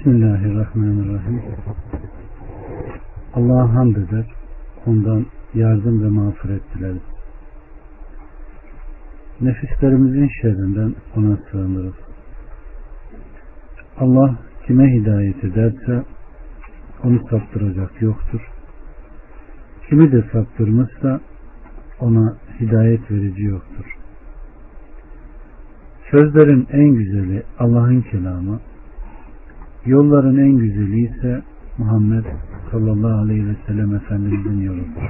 Bismillahirrahmanirrahim. Allah'a hamd eder, ondan yardım ve mağfiret dileriz. Nefislerimizin şerrinden ona sığınırız. Allah kime hidayet ederse onu saptıracak yoktur. Kimi de saptırmışsa ona hidayet verici yoktur. Sözlerin en güzeli Allah'ın kelamı, yolların en güzeli ise Muhammed sallallahu aleyhi ve sellem Efendimizin yoludur.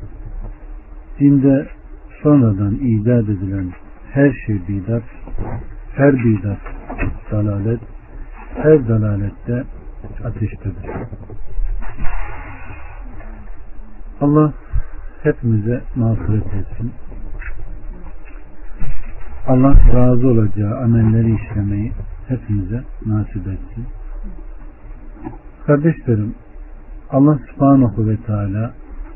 Dinde sonradan icat edilen her şey bidat, her bidat dalalet, her dalalette ateştedir. Allah hepimize mağfiret etsin. Allah razı olacağı amelleri işlemeyi hepimize nasip etsin. Kardeşlerim, Allah subhanahu ve teala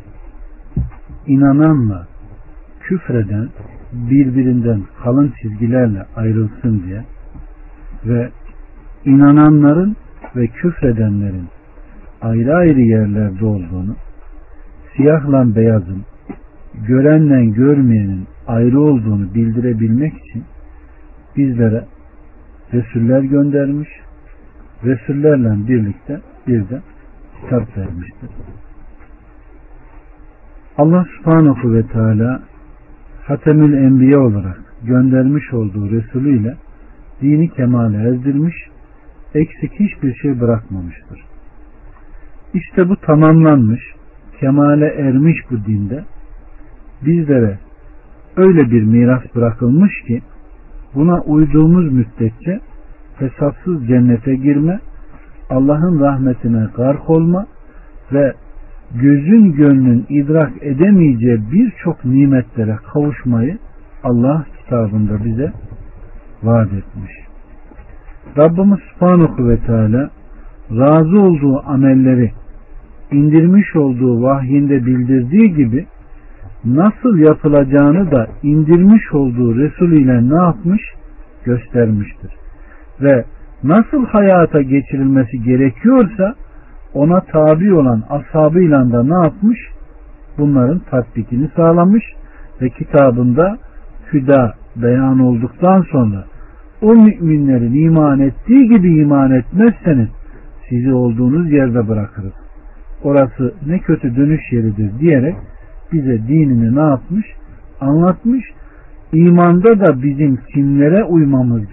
inananla küfreden birbirinden kalın çizgilerle ayrılsın diye ve inananların ve küfredenlerin ayrı ayrı yerlerde olduğunu, siyahla beyazın, görenle görmeyenin ayrı olduğunu bildirebilmek için bizlere Resuller göndermiş, Resullerle birlikte bir de kitap vermiştir. Allah subhanahu ve teala Hatemül Enbiya olarak göndermiş olduğu Resulü ile dini kemale erdirmiş, eksik hiçbir şey bırakmamıştır. İşte bu tamamlanmış, kemale ermiş bu dinde bizlere öyle bir miras bırakılmış ki buna uyduğumuz müddetçe hesapsız cennete girme, Allah'ın rahmetine gark olma ve gözün gönlün idrak edemeyeceği birçok nimetlere kavuşmayı Allah kitabında bize vaat etmiş. Rabbimiz Subhanahu ve Teala razı olduğu amelleri indirmiş olduğu vahyinde bildirdiği gibi nasıl yapılacağını da indirmiş olduğu Resulü ile ne yapmış? Göstermiştir. Ve nasıl hayata geçirilmesi gerekiyorsa ona tabi olan ashabıyla da ne yapmış? Bunların tatbikini sağlamış ve kitabında hüda beyan olduktan sonra o müminlerin iman ettiği gibi iman etmezseniz sizi olduğunuz yerde bırakırız. Orası ne kötü dönüş yeridir diyerek bize dinini ne yapmış? Anlatmış. İmanda da bizim kimlere uymamız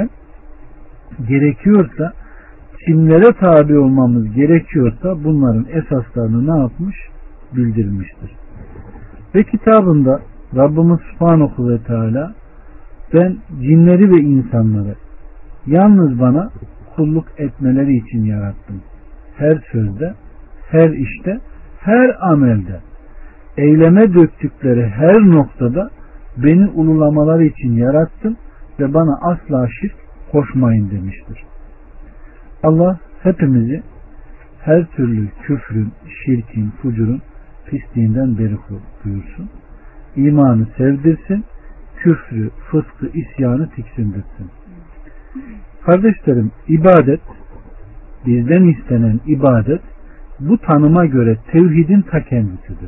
gerekiyorsa, kimlere tabi olmamız gerekiyorsa bunların esaslarını ne yapmış? Bildirmiştir. Ve kitabında Rabbimiz Subhanahu ve Teala ben cinleri ve insanları yalnız bana kulluk etmeleri için yarattım. Her sözde, her işte, her amelde, eyleme döktükleri her noktada beni ululamaları için yarattım ve bana asla şirk koşmayın demiştir. Allah hepimizi her türlü küfrün, şirkin, fucurun pisliğinden beri buyursun. İmanı sevdirsin, küfrü, fıskı, isyanı tiksindirsin. Kardeşlerim, ibadet, bizden istenen ibadet bu tanıma göre tevhidin ta kendisidir.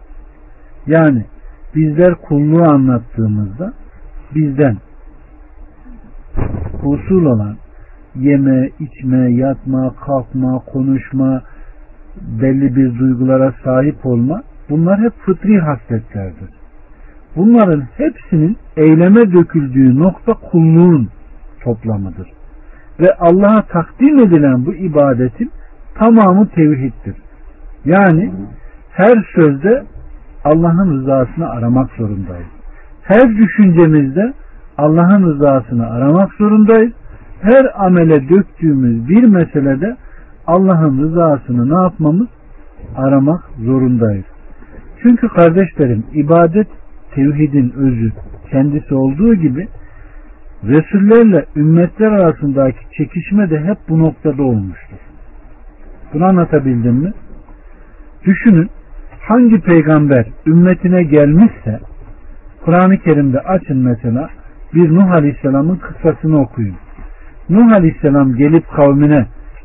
Yani bizler kulluğu anlattığımızda bizden usul olan yeme, içme, yatma, kalkma, konuşma, belli bir duygulara sahip olma, bunlar hep fıtri hasletlerdir. Bunların hepsinin eyleme döküldüğü nokta kulluğun toplamıdır. Ve Allah'a takdim edilen bu ibadetin tamamı tevhiddir. Yani her sözde Allah'ın rızasını aramak zorundayız. Her düşüncemizde Allah'ın rızasını aramak zorundayız. Her amele döktüğümüz bir meselede Allah'ın rızasını ne yapmamız? Aramak zorundayız. Çünkü kardeşlerim, ibadet tevhidin özü kendisi olduğu gibi Resullerle ümmetler arasındaki çekişme de hep bu noktada olmuştur. Bunu anlatabildim mi? Düşünün, hangi peygamber ümmetine gelmişse Kur'an-ı Kerim'de açın mesela bir Nuh Aleyhisselam'ın kıssasını okuyun. Nuh Aleyhisselam gelip kavmine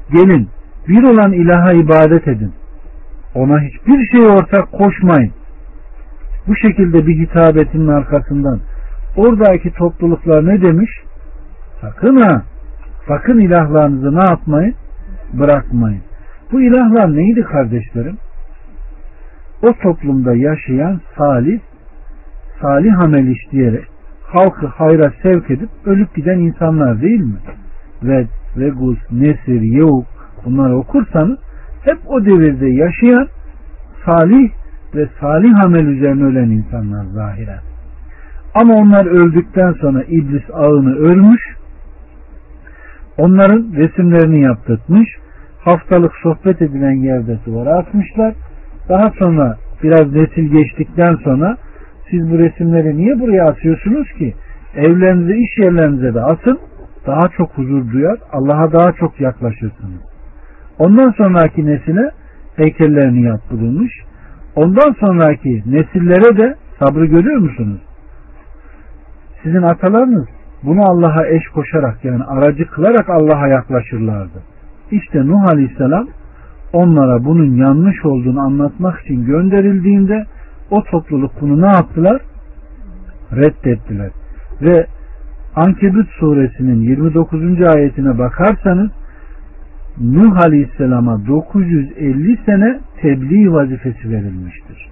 gelin bir olan ilaha ibadet edin. Ona hiçbir şeye ortak koşmayın. Bu şekilde bir hitabetinin arkasından oradaki topluluklar ne demiş? Sakın ha, sakın ilahlarınızı ne yapmayın? Bırakmayın. Bu ilahlar neydi kardeşlerim? O toplumda yaşayan salih amel işleyerek halkı hayra sevk edip ölüp giden insanlar değil mi? Ved, Vegus, Nesir, Yevuk, bunları okursanız hep o devirde yaşayan salih ve salih amel üzerine ölen insanlar zahiren. Ama onlar öldükten sonra iblis ağını örmüş, onların resimlerini yaptırtmış, haftalık sohbet edilen yerde duvara atmışlar. Daha sonra biraz nesil geçtikten sonra siz bu resimleri niye buraya atıyorsunuz ki? Evlerinize, iş yerlerinize de atın, daha çok huzur duyar, Allah'a daha çok yaklaşırsınız. Ondan sonraki nesile heykellerini yaptırılmış. Ondan sonraki nesillere de sabrı görüyor musunuz? Sizin atalarınız bunu Allah'a eş koşarak, yani aracı kılarak Allah'a yaklaşırlardı. İşte Nuh Aleyhisselam onlara bunun yanlış olduğunu anlatmak için gönderildiğinde o topluluk bunu ne yaptılar? Reddettiler. Ve Ankebut suresinin 29. ayetine bakarsanız Nuh Aleyhisselam'a 950 sene tebliğ vazifesi verilmiştir.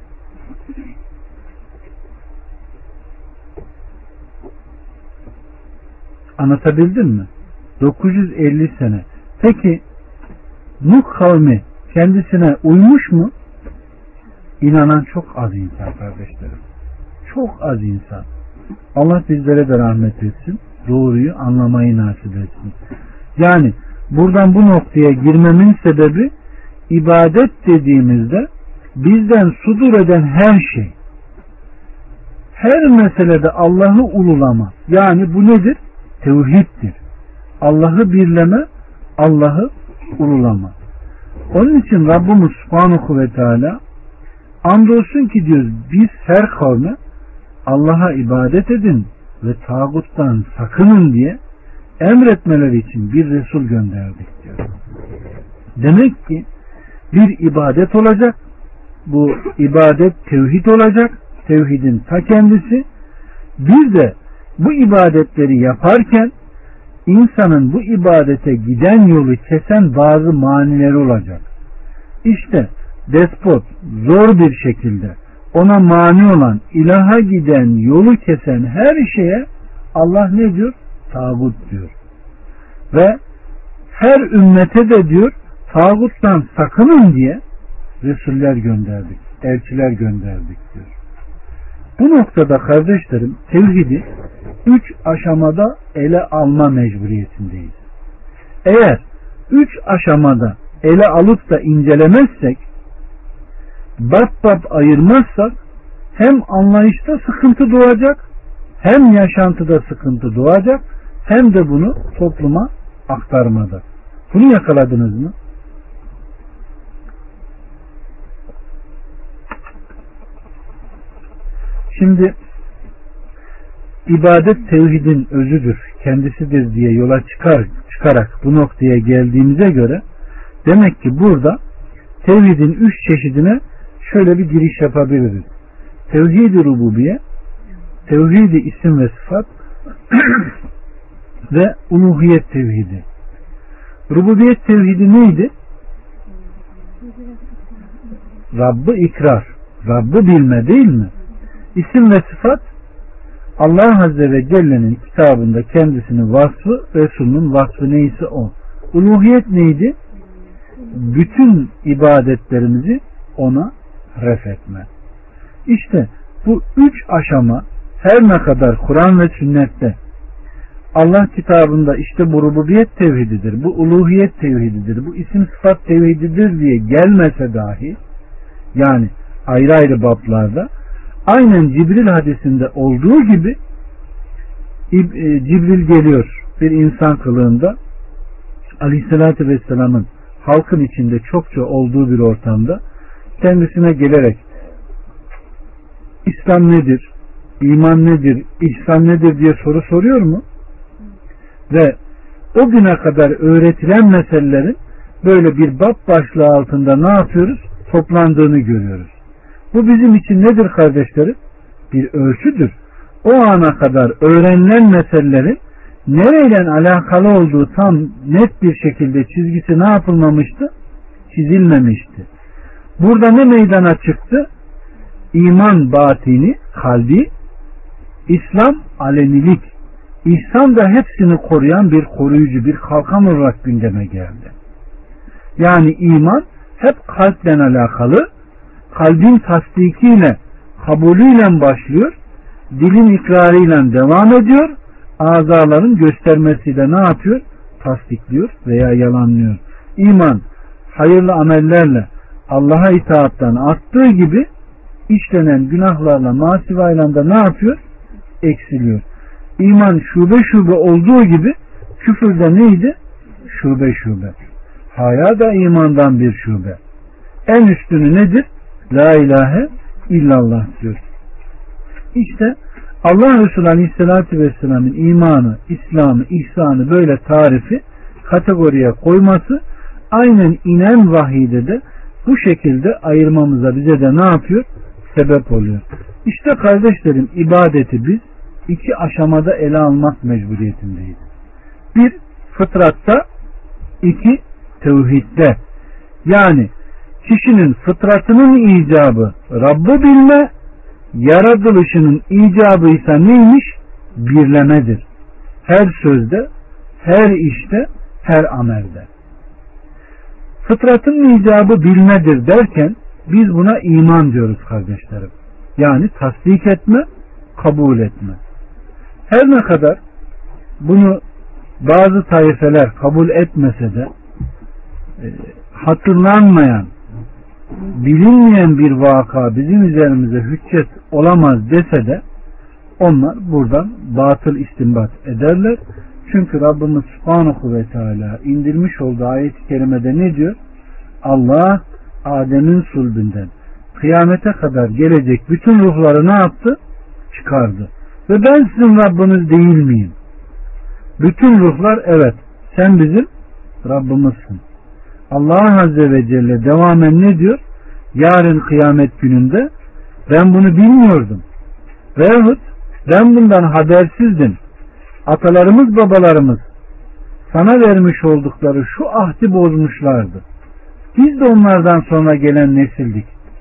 Anlatabildim mi? 950 sene. Peki Nuh kavmi kendisine uymuş mu? İnanan çok az insan kardeşlerim. Çok az insan. Allah bizlere de rahmet etsin. Doğruyu anlamayı nasip etsin. Yani buradan bu noktaya girmemin sebebi ibadet dediğimizde bizden sudur eden her şey, her meselede Allah'ı ululama, yani bu nedir? Tevhiddir. Allah'ı birleme, Allah'ı ululama. Onun için Rabbimiz Subhanahu ve Teala andolsun ki diyor biz her kavme Allah'a ibadet edin ve tağuttan sakının diye emretmeleri için bir Resul gönderdik diyor. Demek ki bir ibadet olacak. Bu ibadet tevhid olacak. Tevhidin ta kendisi. Bir de bu ibadetleri yaparken insanın bu ibadete giden yolu kesen bazı manileri olacak. İşte despot zor bir şekilde ona mani olan, ilaha giden yolu kesen her şeye Allah ne diyor? Tağut diyor. Ve her ümmete de diyor tağuttan sakının diye Resuller gönderdik, elçiler gönderdik diyor. Bu noktada kardeşlerim tevhidi 3 aşamada ele alma mecburiyetindeyiz. Eğer 3 aşamada ele alıp da incelemezsek, bat ayırmazsak hem anlayışta sıkıntı doğacak, hem yaşantıda sıkıntı doğacak, hem de bunu topluma aktarmada. Bunu yakaladınız mı? Şimdi ibadet tevhidin özüdür, kendisidir diye yola çıkarak bu noktaya geldiğimize göre demek ki burada tevhidin 3 çeşidine şöyle bir giriş yapabiliriz. Tevhid-i rububiye, tevhid-i isim ve sıfat ve uluhiyet tevhidi. Rububiyet tevhidi neydi? Rabb'ı ikrar, Rabb'ı bilme değil mi? İsim ve sıfat Allah Azze ve Celle'nin kitabında kendisinin vasfı, Resulünün vasfı neyse o. Uluhiyet neydi? Bütün ibadetlerimizi ona ref etme. İşte bu 3 aşama her ne kadar Kur'an ve sünnette Allah kitabında işte bu rububiyet tevhididir, bu uluhiyet tevhididir, bu isim sıfat tevhididir diye gelmese dahi, yani ayrı ayrı bablarda aynen Cibril hadisinde olduğu gibi Cibril geliyor bir insan kılığında Aleyhisselatü Vesselam'ın halkın içinde çokça olduğu bir ortamda kendisine gelerek İslam nedir, iman nedir, ihsan nedir diye soru soruyor mu? Ve o güne kadar öğretilen meselelerin böyle bir bab başlığı altında ne yapıyoruz? Toplandığını görüyoruz. Bu bizim için nedir kardeşlerim? Bir ölçüdür. O ana kadar öğrenilen meselelerin nereyle alakalı olduğu tam net bir şekilde çizgisi ne yapılmamıştı? Çizilmemişti. Burada ne meydana çıktı? İman batini, kalbi, İslam alenilik, İhsan da hepsini koruyan bir koruyucu, bir kalkan olarak gündeme geldi. Yani iman hep kalple alakalı, kalbin tasdikiyle, kabulüyle başlıyor, dilin ikrarıyla devam ediyor, azaların göstermesiyle ne yapıyor? Tasdikliyor veya yalanlıyor. İman hayırlı amellerle Allah'a itaattan arttığı gibi işlenen günahlarla, masivayla da ne yapıyor? Eksiliyor. İman şube şube olduğu gibi küfürde neydi? Şube şube. Haya da imandan bir şube. En üstünü nedir? La ilahe illallah diyor. İşte Allah Resulü Aleyhisselatü Vesselam'ın imanı, İslam'ı, ihsanı böyle tarifi kategoriye koyması aynen inen vahiyde de bu şekilde ayırmamıza bize de ne yapıyor? Sebep oluyor. İşte kardeşlerim ibadeti biz iki aşamada ele almak mecburiyetindeyiz. Bir fıtratta, iki tevhidde. Yani kişinin fıtratının icabı Rabb'ı bilme, yaratılışının icabı ise neymiş? Birlemedir. Her sözde, her işte, her amelde. Fıtratın icabı bilmedir derken biz buna iman diyoruz kardeşlerim. Yani tasdik etme, kabul etme. Her ne kadar bunu bazı taifeler kabul etmese de hatırlanmayan, bilinmeyen bir vaka bizim üzerimize hüccet olamaz dese de onlar buradan batıl istinbat ederler. Çünkü Rabbimiz Subhanahu ve Teala indirmiş olduğu ayet-i kerimede ne diyor? Allah Adem'in sulbünden kıyamete kadar gelecek bütün ruhları ne yaptı? Çıkardı. Ve ben sizin Rabbiniz değil miyim? Bütün ruhlar evet sen bizim Rabbimizsin. Allah Azze ve Celle devamen ne diyor? Yarın kıyamet gününde ben bunu bilmiyordum. Veyahut ben bundan habersizdim. Atalarımız babalarımız sana vermiş oldukları şu ahdi bozmuşlardı. Biz de onlardan sonra gelen nesildik.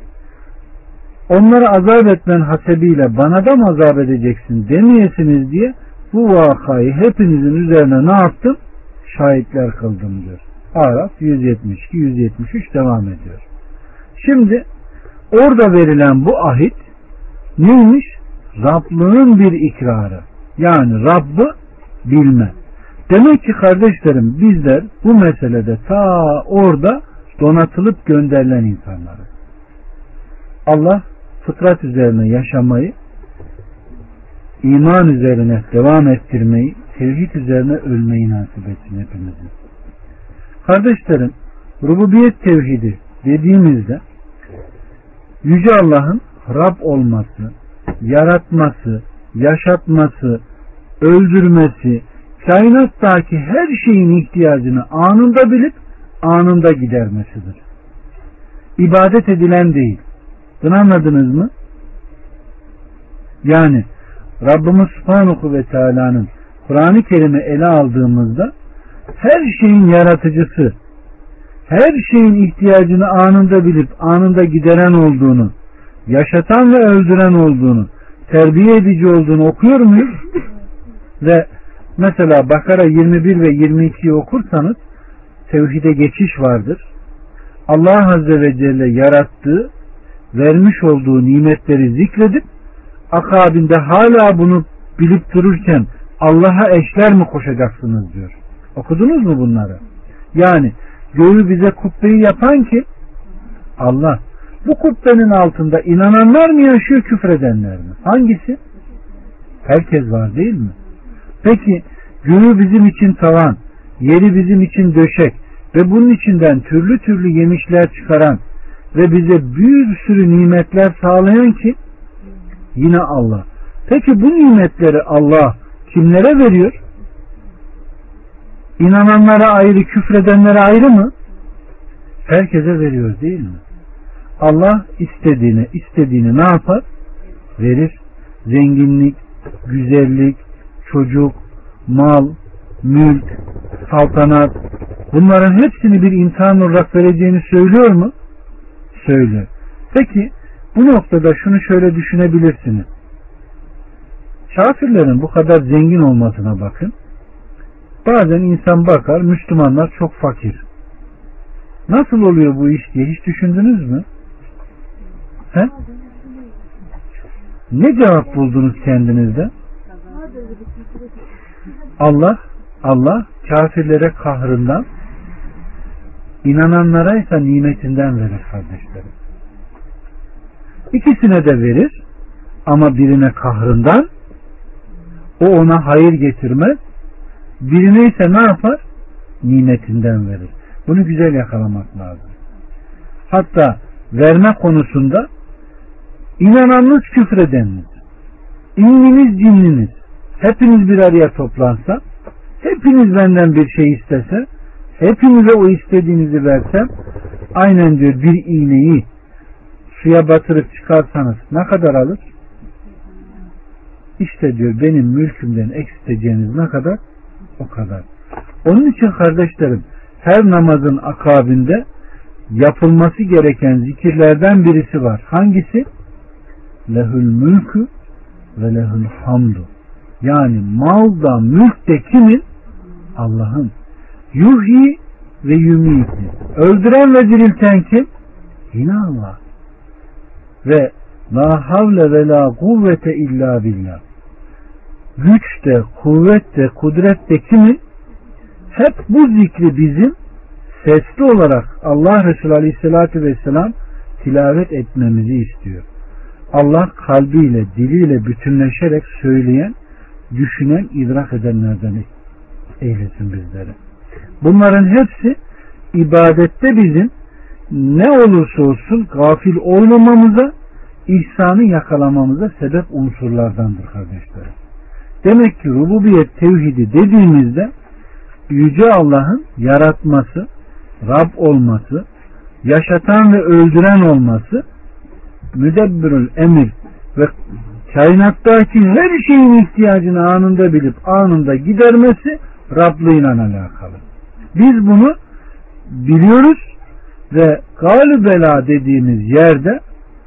Onları azap etmen hasebiyle bana da mı azap edeceksin demeyesiniz diye bu vakayı hepinizin üzerine ne yaptım? Şahitler kıldım diyor. Araf 172-173 devam ediyor. Şimdi orada verilen bu ahit neymiş? Rablığın bir ikrarı. Yani Rabb'ı bilme. Demek ki kardeşlerim bizler bu meselede ta orada donatılıp gönderilen insanlarız. Allah fıtrat üzerine yaşamayı, iman üzerine devam ettirmeyi, tevhid üzerine ölmeyi nasip etsin hepimizin. Kardeşlerim, rububiyet tevhidi dediğimizde Yüce Allah'ın Rab olması, yaratması, yaşatması, öldürmesi, kainattaki her şeyin ihtiyacını anında bilip anında gidermesidir. İbadet edilen değil. Bunu anladınız mı? Yani Rabbimiz Subhanahu ve Teala'nın Kur'an-ı Kerim'i ele aldığımızda her şeyin yaratıcısı, her şeyin ihtiyacını anında bilip anında gideren olduğunu, yaşatan ve öldüren olduğunu, terbiye edici olduğunu okuyor muyuz? Ve mesela Bakara 21 ve 22'yi okursanız tevhide geçiş vardır. Allah Azze ve Celle yarattığı, vermiş olduğu nimetleri zikredip akabinde hala bunu bilip dururken Allah'a eşler mi koşacaksınız diyor. Okudunuz mu bunları? Yani göğü bize kubbeyi yapan kim? Allah. Bu kubbenin altında inananlar mı yaşıyor, küfredenler mi? Hangisi? Herkes var değil mi? Peki göğü bizim için tavan, yeri bizim için döşek ve bunun içinden türlü türlü yemişler çıkaran ve bize bir sürü nimetler sağlayan kim? Yine Allah. Peki bu nimetleri Allah kimlere veriyor? İnananlara ayrı, küfredenlere ayrı mı? Herkese veriyor değil mi? Allah istediğini ne yapar? Verir. Zenginlik, güzellik, çocuk, mal, mülk, saltanat, bunların hepsini bir imtihan olarak vereceğini söylüyor mu? Söylüyor. Peki bu noktada şunu şöyle düşünebilirsiniz. Kafirlerin bu kadar zengin olmasına bakın. Bazen insan bakar, Müslümanlar çok fakir. Nasıl oluyor bu iş diye hiç düşündünüz mü? He? Ne cevap buldunuz kendinizde? Allah kafirlere kahrından, inananlara ise nimetinden verir kardeşlerim. İkisine de verir ama birine kahrından, o ona hayır getirmez, birine ise ne yapar? Nimetinden verir. Bunu güzel yakalamak lazım. Hatta verme konusunda inananınız, küfredeniniz, İnniniz, cinliniz hepiniz bir araya toplansa, hepiniz benden bir şey istese, hepinize o istediğinizi versem, aynen diyor bir iğneyi suya batırıp çıkarsanız ne kadar alır? İşte diyor benim mülkümden eksilteceğiniz ne kadar? O kadar. Onun için kardeşlerim, her namazın akabinde yapılması gereken zikirlerden birisi var. Hangisi? Lehül mülkü ve lehül hamdu. Yani mal da mülk de kimin? Allah'ın. Yuhyi ve yumiti. Öldüren ve dirilten kim? Yine Allah. Ve la havle ve la kuvvete illa billah. Güç de, kuvvet de, kudret de kimin? Hep bu zikri bizim sesli olarak Allah Resulü Aleyhisselatü Vesselam tilavet etmemizi istiyor. Allah kalbiyle, diliyle bütünleşerek söyleyen, düşünen, idrak edenlerden eylesin bizleri. Bunların hepsi ibadette bizim ne olursa olsun gafil olmamamıza, ihsanı yakalamamıza sebep unsurlardandır kardeşlerim. Demek ki rububiyet tevhidi dediğimizde Yüce Allah'ın yaratması, Rab olması, yaşatan ve öldüren olması, müdebbirül emir ve kainattaki her şeyin ihtiyacını anında bilip anında gidermesi Rablığıyla alakalı. Biz bunu biliyoruz ve galibela dediğimiz yerde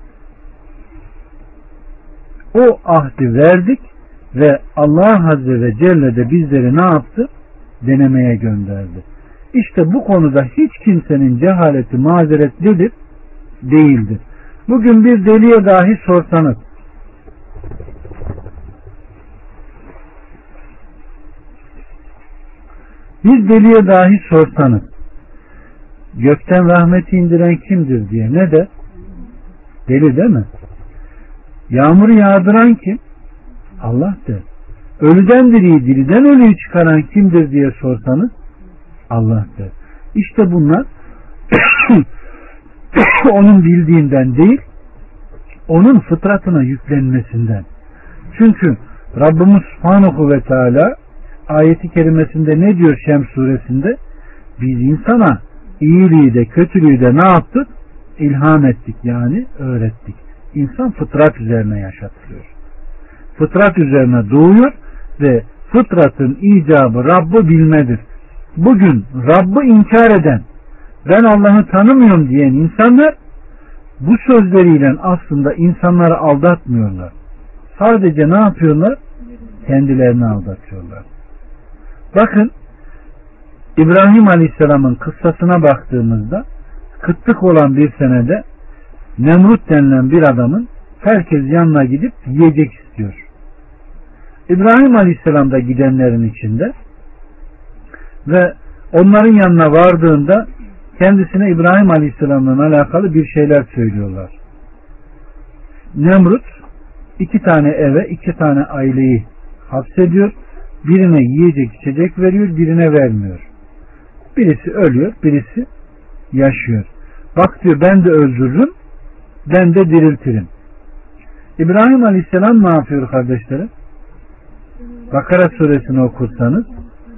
o ahdi verdik ve Allah Azze ve Celle de bizleri ne yaptı? Denemeye gönderdi. İşte bu konuda hiç kimsenin cehaleti mazeret nedir? Değildir. Bugün bir deliye dahi sorsanız, gökten rahmeti indiren kimdir diye ne der? Deli değil mi? Yağmuru yağdıran kim? Allah der. Ölüden diriyi, diriden ölüyü çıkaran kimdir diye sorsanız Allah der. İşte bunlar onun bildiğinden değil, onun fıtratına yüklenmesinden. Çünkü Rabbimiz Subhanahu ve Teala ayeti kerimesinde ne diyor Şems suresinde? Biz insana iyiliği de kötülüğü de ne yaptık? İlham ettik, yani öğrettik. İnsan fıtrat üzerine yaşatılıyor. Fıtrat üzerine doğuyor ve fıtratın icabı Rabb'ı bilmedir. Bugün Rabb'ı inkar eden, ben Allah'ı tanımıyorum diyen insanlar bu sözleriyle aslında insanları aldatmıyorlar. Sadece ne yapıyorlar? Kendilerini aldatıyorlar. Bakın İbrahim Aleyhisselam'ın kıssasına baktığımızda kıtlık olan bir senede Nemrut denilen bir adamın herkes yanına gidip yiyecek istiyor. İbrahim Aleyhisselam da gidenlerin içinde ve onların yanına vardığında kendisine İbrahim Aleyhisselam'la alakalı bir şeyler söylüyorlar. Nemrut 2 tane eve 2 tane aileyi hapsediyor. Birine yiyecek içecek veriyor, birine vermiyor. Birisi ölüyor, birisi yaşıyor. Bak diyor, ben de öldürürüm, ben de diriltirim. İbrahim Aleyhisselam ne yapıyor kardeşlerim? Bakara suresini okursanız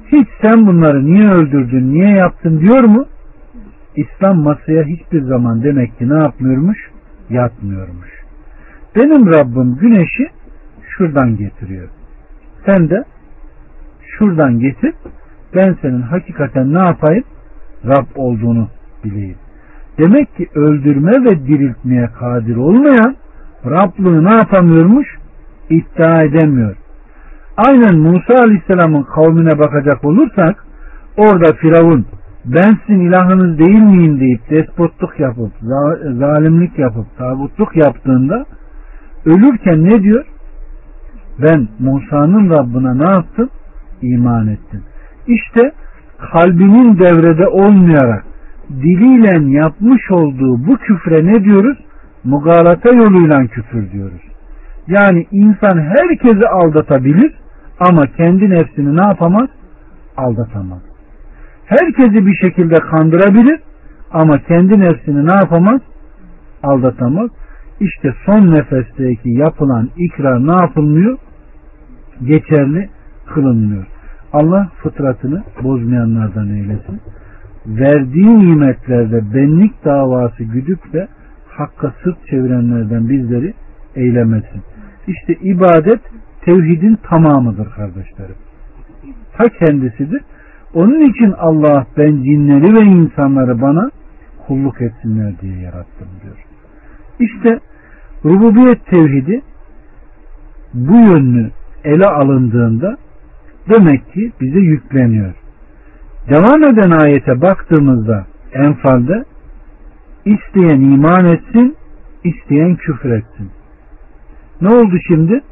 Hiç sen bunları niye öldürdün, niye yaptın diyor mu? İslam masaya hiçbir zaman demek ki ne yapmıyormuş? Yatmıyormuş. Benim Rabbim güneşi şuradan getiriyor. Sen de şuradan getir. Ben senin hakikaten ne yapayım? Rab olduğunu bileyim. Demek ki öldürme ve diriltmeye kadir olmayan Rabb'lığı ne yapamıyormuş? İddia edemiyor. Aynen Musa Aleyhisselam'ın kavmine bakacak olursak orada Firavun ben sizin ilahınız değil miyim deyip despotluk yapıp zalimlik yapıp tağutluk yaptığında ölürken ne diyor? Ben Musa'nın Rabbine ne yaptım? İman ettim. İşte kalbinin devrede olmayarak diliyle yapmış olduğu bu küfre ne diyoruz? Mugalata yoluyla küfür diyoruz. Yani insan herkesi aldatabilir ama kendi nefsini ne yapamaz? Aldatamaz. Herkesi bir şekilde kandırabilir ama kendi nefsini ne yapamaz? Aldatamaz. İşte son nefesteki yapılan ikrar ne yapılmıyor? Geçerli kılınmıyor. Allah fıtratını bozmayanlardan eylesin. Verdiği nimetlerde benlik davası güdüp de hakka sırt çevirenlerden bizleri eylemesin. İşte ibadet tevhidin tamamıdır kardeşlerim. Ta kendisidir. Onun için Allah ben cinleri ve insanları bana kulluk etsinler diye yarattım diyor. İşte rububiyet tevhidi bu yönlü ele alındığında demek ki bize yükleniyor. Devam eden ayete baktığımızda Enfal'de isteyen iman etsin, isteyen küfür etsin. Ne oldu şimdi?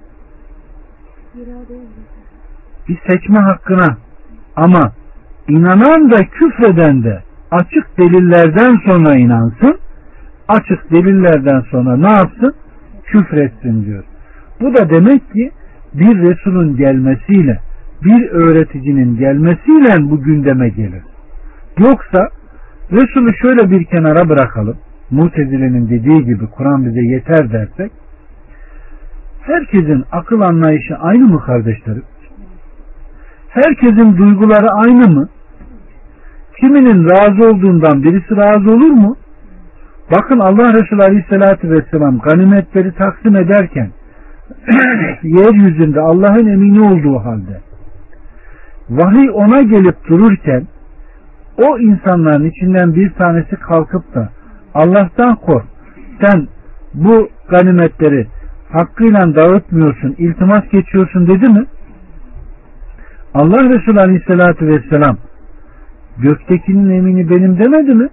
Bir seçme hakkına ama inanan da küfreden de açık delillerden sonra inansın, açık delillerden sonra ne yapsın? Küfretsin diyor. Bu da demek ki bir Resul'ün gelmesiyle, bir öğreticinin gelmesiyle bu gündeme gelir. Yoksa Resul'ü şöyle bir kenara bırakalım. Mutezile'nin dediği gibi Kur'an bize yeter dersek, herkesin akıl anlayışı aynı mı kardeşlerim? Herkesin duyguları aynı mı? Kiminin razı olduğundan birisi razı olur mu? Bakın Allah Resulü Aleyhisselatü Vesselam ganimetleri taksim ederken yeryüzünde Allah'ın emini olduğu halde vahiy ona gelip dururken o insanların içinden bir tanesi kalkıp da Allah'tan kork, sen bu ganimetleri hakkıyla dağıtmıyorsun, iltimas geçiyorsun dedi mi? Allah Resulü Aleyhisselatü Vesselam göktekinin emini benim demedi mi?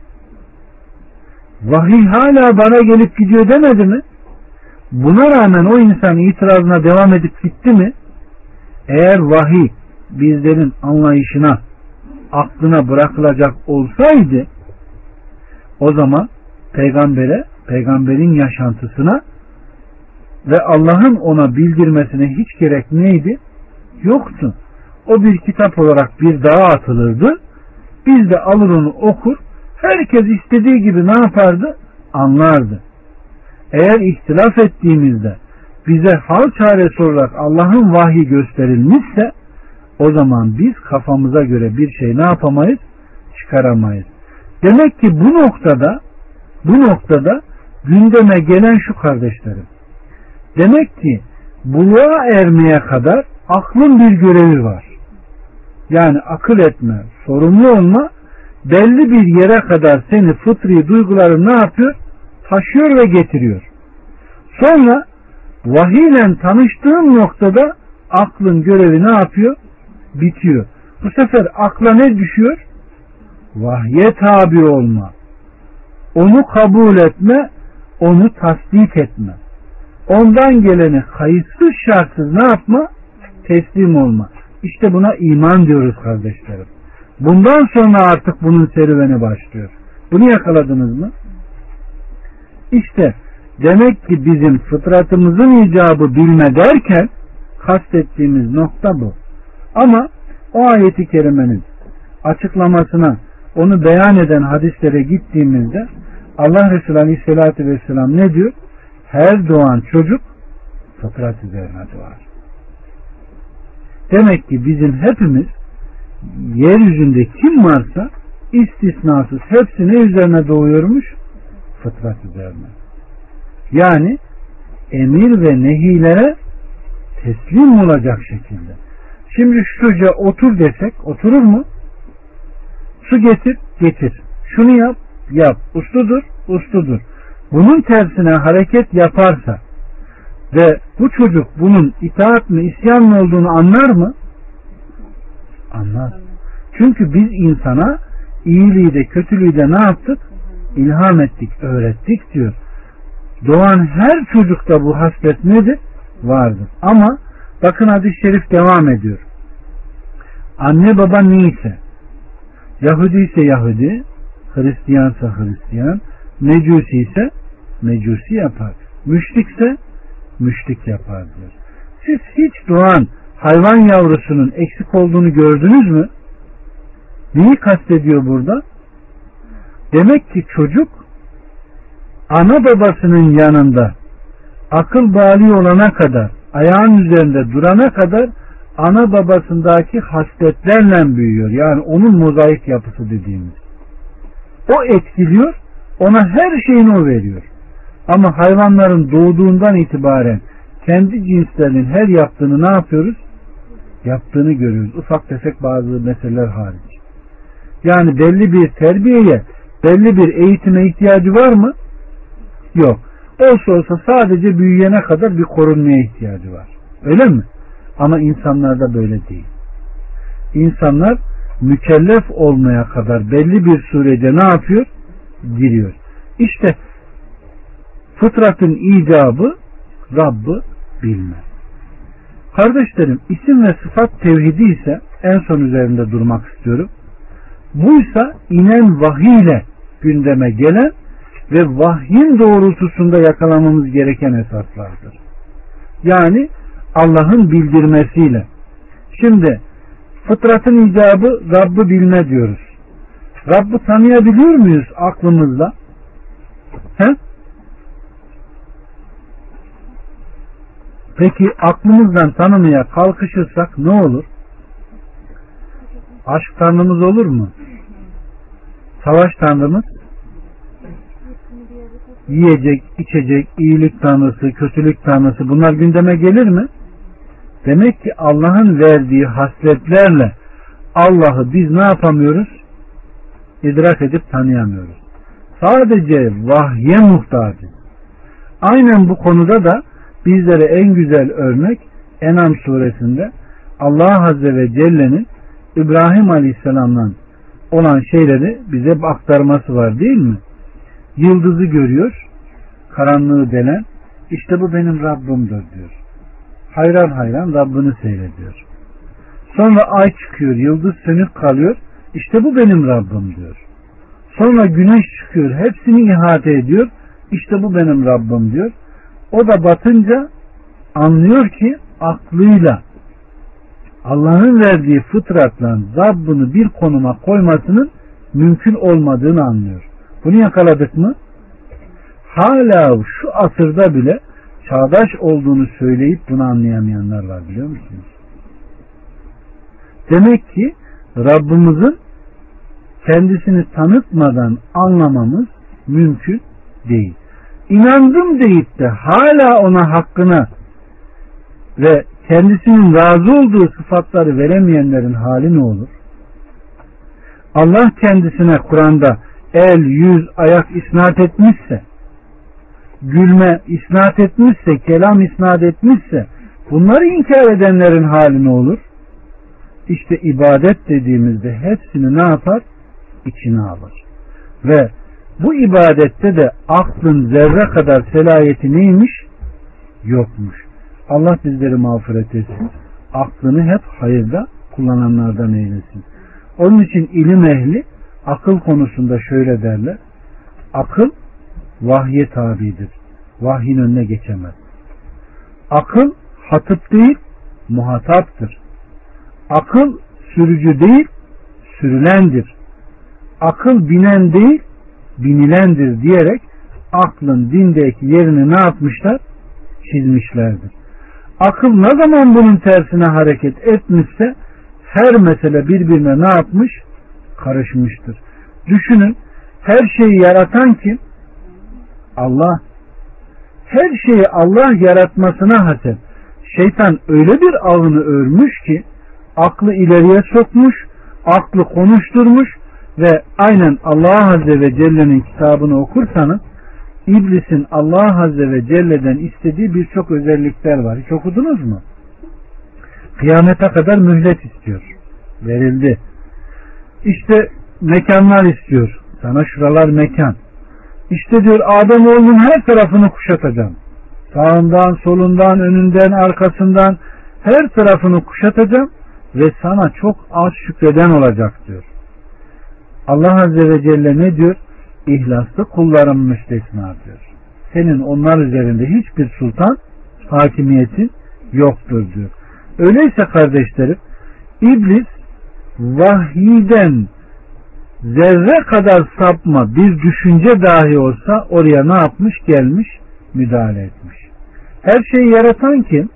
Vahiy hala bana gelip gidiyor demedi mi? Buna rağmen o insan itirazına devam edip gitti mi? Eğer vahiy bizlerin anlayışına, aklına bırakılacak olsaydı o zaman peygamberin yaşantısına ve Allah'ın ona bildirmesine hiç gerek neydi? Yoktu. O bir kitap olarak bir dağa atılırdı. Biz de alır onu okur. Herkes istediği gibi ne yapardı? Anlardı. Eğer ihtilaf ettiğimizde bize hal çaresi olarak Allah'ın vahyi gösterilmişse o zaman biz kafamıza göre bir şey ne yapamayız? Çıkaramayız. Demek ki bu noktada gündeme gelen şu kardeşlerim. Demek ki buluğa ermeye kadar aklın bir görevi var. Yani akıl etme, sorumlu olma belli bir yere kadar seni fıtri duyguların ne yapıyor? Taşıyor ve getiriyor. Sonra vahiyle tanıştığın noktada aklın görevi ne yapıyor? Bitiyor. Bu sefer akla ne düşüyor? Vahye tabi olma. Onu kabul etme, onu tasdik etme. Ondan geleni kayıtsız şartsız ne yapma? Teslim olma. İşte buna iman diyoruz kardeşlerim. Bundan sonra artık bunun serüveni başlıyor. Bunu yakaladınız mı? İşte demek ki bizim fıtratımızın icabı bilme derken kastettiğimiz nokta bu. Ama o ayeti kerimenin açıklamasına, onu beyan eden hadislere gittiğimizde Allah Resulü Aleyhisselatü Vesselam ne diyor? Her doğan çocuk fıtrat üzerine doğar. Demek ki bizim hepimiz yeryüzünde kim varsa istisnasız hepsi ne üzerine doğuyormuş? Fıtrat üzerine. Yani emir ve nehilere teslim olacak şekilde. Şimdi şu çocuğa otur desek oturur mu? Su getir, getir. Şunu yap, yap. Usludur, usludur. Bunun tersine hareket yaparsa ve bu çocuk bunun itaat mı, isyan mı olduğunu anlar mı? Anlar. Çünkü biz insana iyiliği de kötülüğü de ne yaptık? İlham ettik, öğrettik diyor. Doğan her çocukta bu haslet nedir? Vardır. Ama bakın hadis-i şerif devam ediyor. Anne baba neyse, Yahudi ise Yahudi, Hristiyansa Hristiyan, Mecusi ise Mecusi yapar. Müşrikse müşrik yapar diyor. Siz hiç doğan hayvan yavrusunun eksik olduğunu gördünüz mü? Neyi kastediyor burada? Demek ki çocuk ana babasının yanında akıl bali olana kadar, ayağın üzerinde durana kadar ana babasındaki hasletlerle büyüyor. Yani onun mozaik yapısı dediğimiz. O etkiliyor, ona her şeyini o veriyor. Ama hayvanların doğduğundan itibaren kendi cinslerinin her yaptığını ne yapıyoruz? Yaptığını görüyoruz. Ufak tefek bazı meseleler hariç. Yani belli bir terbiyeye, belli bir eğitime ihtiyacı var mı? Yok. Olsa sadece büyüyene kadar bir korunmaya ihtiyacı var. Öyle mi? Ama insanlarda böyle değil. İnsanlar mükellef olmaya kadar belli bir sürece ne yapıyor? Giriyor. İşte fıtratın icabı Rabb'ı bilme. Kardeşlerim, isim ve sıfat tevhidi ise en son üzerinde durmak istiyorum. Buysa inen vahiy ile gündeme gelen ve vahyin doğrultusunda yakalamamız gereken esaslardır. Yani Allah'ın bildirmesiyle. Şimdi fıtratın icabı Rabb'ı bilme diyoruz. Rabb'ı tanıyabiliyor muyuz aklımızla? He? Peki aklımızdan tanımaya kalkışırsak ne olur? Aşk tanrımız olur mu? Savaş tanrımız? Yiyecek, içecek, iyilik tanrısı, kötülük tanrısı, bunlar gündeme gelir mi? Demek ki Allah'ın verdiği hasletlerle Allah'ı biz ne yapamıyoruz? İdrak edip tanıyamıyoruz. Sadece vahye muhtacız. Aynen bu konuda da bizlere en güzel örnek En'am suresinde Allah Azze ve Celle'nin İbrahim Aleyhisselam'dan olan şeyleri bize aktarması var değil mi? Yıldızı görüyor, karanlığı delen, işte bu benim Rabbimdir diyor. Hayran hayran Rabbini seyrediyor. Sonra ay çıkıyor, yıldız sönük kalıyor, işte bu benim Rabbim diyor. Sonra güneş çıkıyor, hepsini ihate ediyor, işte bu benim Rabbim diyor. O da batınca anlıyor ki aklıyla Allah'ın verdiği fıtratla Rabbini bir konuma koymasının mümkün olmadığını anlıyor. Bunu yakaladık mı? Hala şu asırda bile çağdaş olduğunu söyleyip bunu anlayamayanlar var, biliyor musunuz? Demek ki Rabbimizin kendisini tanıtmadan anlamamız mümkün değil. İnandım deyip de hala ona hakkını ve kendisinin razı olduğu sıfatları veremeyenlerin hali ne olur? Allah kendisine Kur'an'da el, yüz, ayak isnat etmişse, gülme isnat etmişse, kelam isnat etmişse, bunları inkar edenlerin hali ne olur? İşte ibadet dediğimizde hepsini ne yapar? İçine alır. Ve bu ibadette de aklın zerre kadar selayeti neymiş? Yokmuş. Allah bizleri mağfiret etsin. Aklını hep hayırda kullananlardan eylesin. Onun için ilim ehli akıl konusunda şöyle derler. Akıl vahye tabidir. Vahyin önüne geçemez. Akıl hatıp değil, muhataptır. Akıl sürücü değil, sürülendir. Akıl binen değil, binilendir diyerek aklın dindeki yerini ne yapmışlar? Çizmişlerdir. Akıl ne zaman bunun tersine hareket etmişse her mesele birbirine ne yapmış? Karışmıştır. Düşünün, her şeyi yaratan kim? Allah. Her şeyi Allah yaratmasına hasen şeytan öyle bir ağını örmüş ki aklı ileriye sokmuş, aklı konuşturmuş ve aynen Allah Azze ve Celle'nin kitabını okursanız İblisin Allah Azze ve Celle'den istediği birçok özellikler var. Hiç okudunuz mu? Kıyamete kadar mühlet istiyor. Verildi. İşte mekanlar istiyor. Sana şuralar mekan. İşte diyor Ademoğlunun her tarafını kuşatacağım. Sağından, solundan, önünden, arkasından her tarafını kuşatacağım ve sana çok az şükreden olacak diyor. Allah Azze ve Celle ne diyor? İhlaslı kullarım müstesna diyor. Senin onlar üzerinde hiçbir sultan hakimiyetin yoktur diyor. Öyleyse kardeşlerim, İblis vahiyden zerre kadar sapma bir düşünce dahi olsa oraya ne yapmış? Gelmiş, müdahale etmiş. Her şeyi yaratan kim?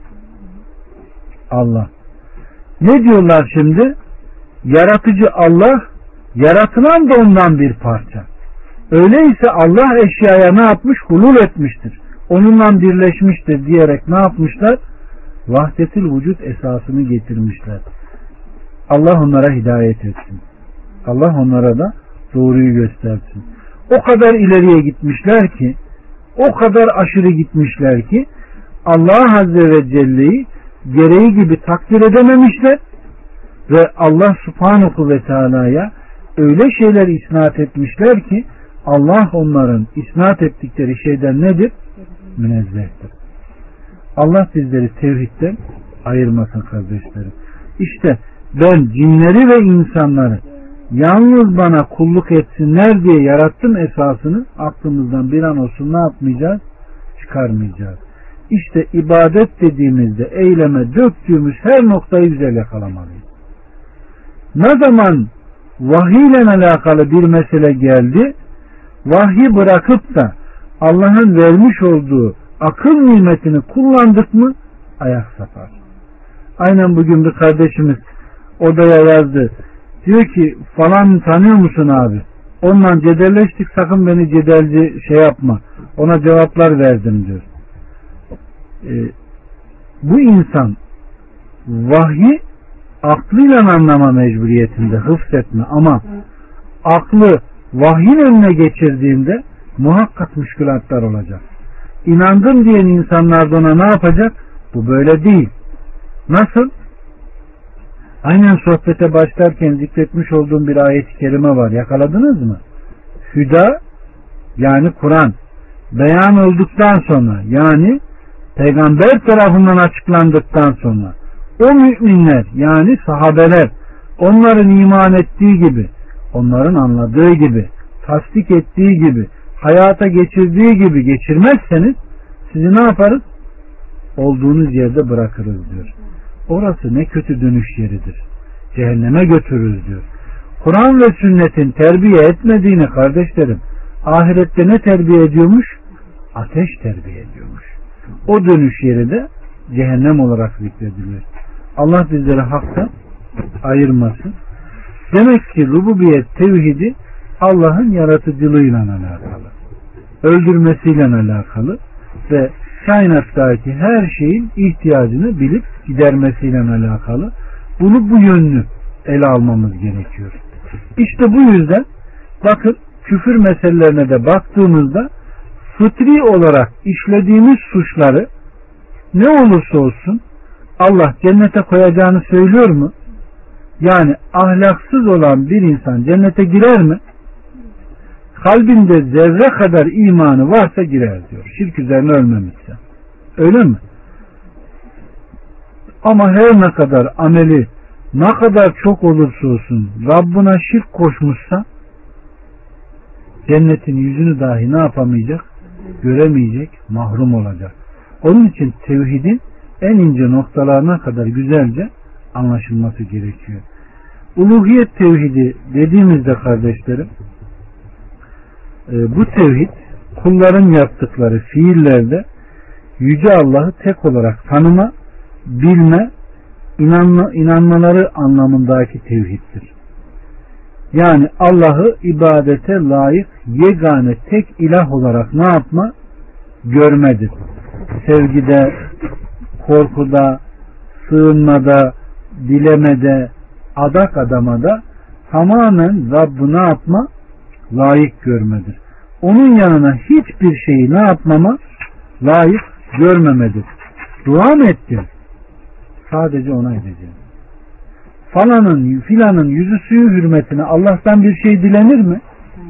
Allah. Ne diyorlar şimdi? Yaratıcı Allah, yaratılan da ondan bir parça. Öyleyse Allah eşyaya ne yapmış? Hulul etmiştir. Onunla birleşmiştir diyerek ne yapmışlar? Vahdetil vücut esasını getirmişler. Allah onlara hidayet etsin. Allah onlara da doğruyu göstersin. O kadar ileriye gitmişler ki, o kadar aşırı gitmişler ki Allah Azze ve Celle'yi gereği gibi takdir edememişler ve Allah Subhanahu ve Teala'ya öyle şeyler isnat etmişler ki Allah onların isnat ettikleri şeyden nedir? Münezzehtir. Allah bizleri tevhidden ayırmasın kardeşlerim. İşte ben cinleri ve insanları yalnız bana kulluk etsinler diye yarattım esasını aklımızdan bir an olsun ne yapmayacağız? Çıkarmayacağız. İşte ibadet dediğimizde eyleme döktüğümüz her noktayı güzel yakalamalıyız. Ne zaman vahiy ile alakalı bir mesele geldi, vahyi bırakıp da Allah'ın vermiş olduğu akıl nimetini kullandık mı ayak sapar. Aynen bugün bir kardeşimiz odaya yazdı. Diyor ki falan tanıyor musun abi? Onunla cedelleştik, sakın beni cedelci şey yapma. Ona cevaplar verdim diyor. Bu insan vahyi aklıyla anlama mecburiyetinde, hıfzetme, ama aklı vahyin önüne geçirdiğinde muhakkak müşkülatlar olacak. İnandım diyen insanlar da ona ne yapacak? Bu böyle değil. Nasıl? Aynen sohbete başlarken zikretmiş olduğum bir ayet-i kerime var. Yakaladınız mı? Hüda yani Kur'an beyan olduktan sonra, yani peygamber tarafından açıklandıktan sonra o müminler yani sahabeler onların iman ettiği gibi, onların anladığı gibi, tasdik ettiği gibi, hayata geçirdiği gibi geçirmezseniz sizi ne yaparız? Olduğunuz yerde bırakırız diyor. Orası ne kötü dönüş yeridir. Cehenneme götürürüz diyor. Kur'an ve sünnetin terbiye etmediğini kardeşlerim, ahirette ne terbiye ediyormuş? Ateş terbiye ediyormuş. O dönüş yeri de cehennem olarak zikrediliyor. Allah bizleri haktan ayırmasın. Demek ki rububiyet tevhidi Allah'ın yaratıcılığıyla alakalı, öldürmesiyle alakalı ve kainattaki her şeyin ihtiyacını bilip gidermesiyle alakalı. Bunu bu yönlü ele almamız gerekiyor. İşte bu yüzden bakın küfür meselelerine de baktığımızda fıtri olarak işlediğimiz suçları ne olursa olsun Allah cennete koyacağını söylüyor mu? Yani ahlaksız olan bir insan cennete girer mi? Kalbinde zerre kadar imanı varsa girer diyor. Şirk üzerine ölmemişse. Öyle mi? Ama her ne kadar ameli ne kadar çok olursa olsun Rabbına şirk koşmuşsa cennetin yüzünü dahi ne yapamayacak? Göremeyecek, mahrum olacak. Onun için tevhidin en ince noktalarına kadar güzelce anlaşılması gerekiyor. Uluhiyet tevhidi dediğimizde kardeşlerim, bu tevhid kulların yaptıkları fiillerde Yüce Allah'ı tek olarak tanıma, bilme inanmaları anlamındaki tevhiddir. Yani Allah'ı ibadete layık yegane tek ilah olarak ne yapma? Görmedir. Sevgide, korkuda, sığınmada, dilemede, adak adamada tamamen Rabb'ı ne yapma? Layık görmedir. Onun yanına hiçbir şeyi ne yapmama? Layık görmemedir. Dua mı ettin? Sadece ona edeceğim. Falanın filanın yüzü suyu hürmetine Allah'tan bir şey dilenir mi?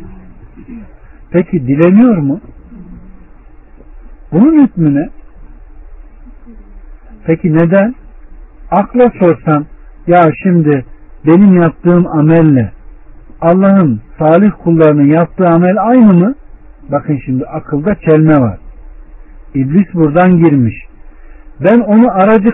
Peki dileniyor mu? Bunun hükmü ne? Peki neden? Akla sorsan, ya şimdi benim yaptığım amelle Allah'ın salih kullarının yaptığı amel aynı mı? Bakın şimdi akılda çelme var. İblis buradan girmiş. Ben onu aracı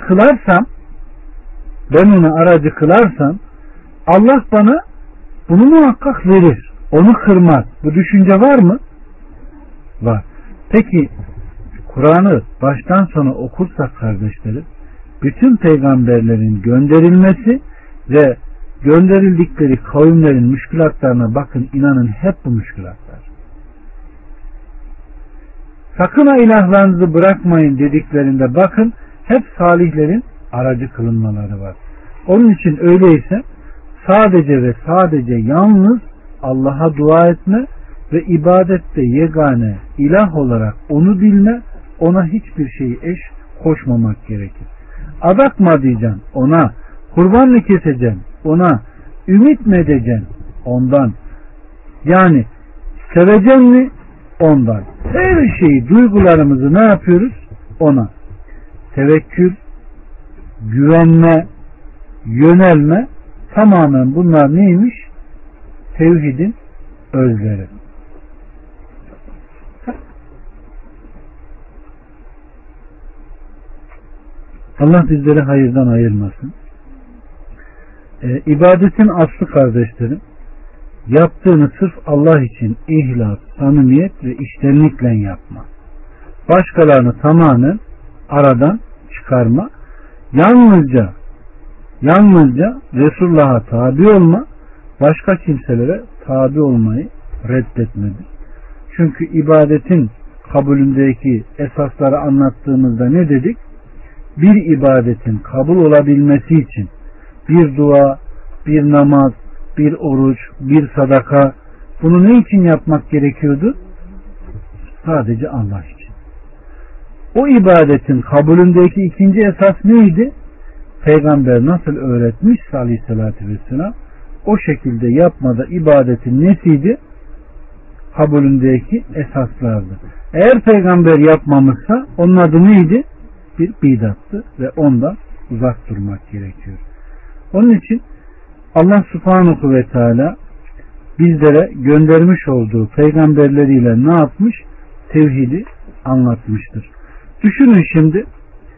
kılarsam Allah bana bunu muhakkak verir. Onu kırmaz. Bu düşünce var mı? Var. Peki Kur'an'ı baştan sona okursak kardeşlerim, bütün peygamberlerin gönderilmesi ve gönderildikleri kavimlerin müşkülatlarına bakın, inanın hep bu müşkülatlar. Sakın ha ilahlarınızı bırakmayın dediklerinde bakın hep salihlerin aracı kılınmaları var. Onun için öyleyse sadece ve sadece yalnız Allah'a dua etme ve ibadette yegane ilah olarak onu bilme, ona hiçbir şeyi eş koşmamak gerekir. Adak mı diyeceksin ona, kurban mı keseceksin ona, ümit mi edeceksin ondan, yani seveceksin mi ondan. Her şeyi, duygularımızı ne yapıyoruz? Ona. Tevekkül, güvenme, yönelme, tamamen bunlar neymiş? Tevhidin özleri. Allah bizleri hayırdan ayırmasın. İbadetin aslı kardeşlerim, yaptığını sırf Allah için ihlas, samimiyet ve içtenlikle yapma. Başkalarını tamamen aradan çıkarma. Yalnızca Resulullah'a tabi olma, başka kimselere tabi olmayı reddetmedir. Çünkü ibadetin kabulündeki esasları anlattığımızda ne dedik? Bir ibadetin kabul olabilmesi için bir dua, bir namaz, bir oruç, bir sadaka, bunu ne için yapmak gerekiyordu? Sadece Allah için. O ibadetin kabulündeki ikinci esas neydi? Peygamber nasıl öğretmişse aleyhissalatü vesselam, o şekilde yapmada ibadetin nesiydi? Kabulündeki esaslardı. Eğer peygamber yapmamışsa onun adı neydi? Bir bidattı ve ondan uzak durmak gerekiyor. Onun için Allah subhanahu ve teala bizlere göndermiş olduğu peygamberleriyle ne yapmış? Tevhidi anlatmıştır. Düşünün şimdi,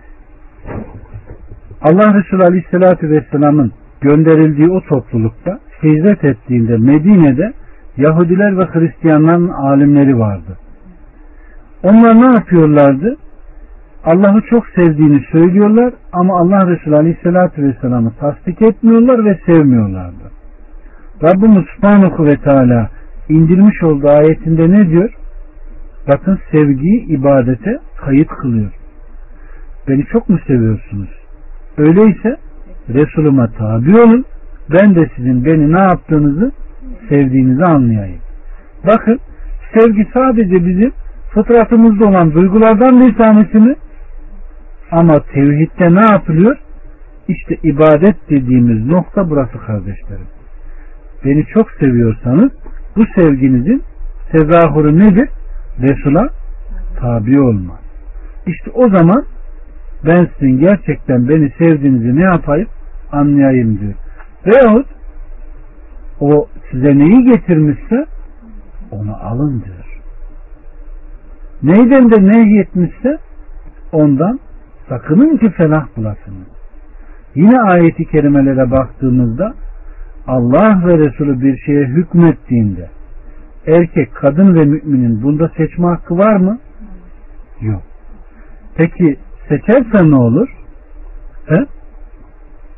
Allah Resulü Aleyhisselatü Vesselam'ın gönderildiği o toplulukta hicret ettiğinde Medine'de Yahudiler ve Hristiyanların alimleri vardı. Onlar ne yapıyorlardı? Allah'ı çok sevdiğini söylüyorlar ama Allah Resulü Aleyhisselatü Vesselam'ı tasdik etmiyorlar ve sevmiyorlardı. Rabbimiz Subhanahu ve Teala indirmiş olduğu ayetinde ne diyor? Bakın, sevgiyi ibadete kayıt kılıyor. Beni çok mu seviyorsunuz? Öyleyse Resulüme tabi olun. Ben de sizin beni ne yaptığınızı, sevdiğinizi anlayayım. Bakın, sevgi sadece bizim fıtratımızda olan duygulardan bir tanesi mi? Ama tevhidde ne yapılıyor? İşte ibadet dediğimiz nokta burası kardeşlerim. Beni çok seviyorsanız bu sevginizin tezahürü nedir? Resul'a tabi olma. İşte o zaman ben sizin gerçekten beni sevdiğinizi ne yapayım? Anlayayım diyor. Veyahut o size neyi getirmişse onu alın diyor. Neyden de nehyetmişse ondan sakının ki felah bulasınız. Yine ayeti kerimelere baktığımızda Allah ve Resulü bir şeye hükmettiğinde erkek, kadın ve müminin bunda seçme hakkı var mı? Yok. Peki seçerse ne olur?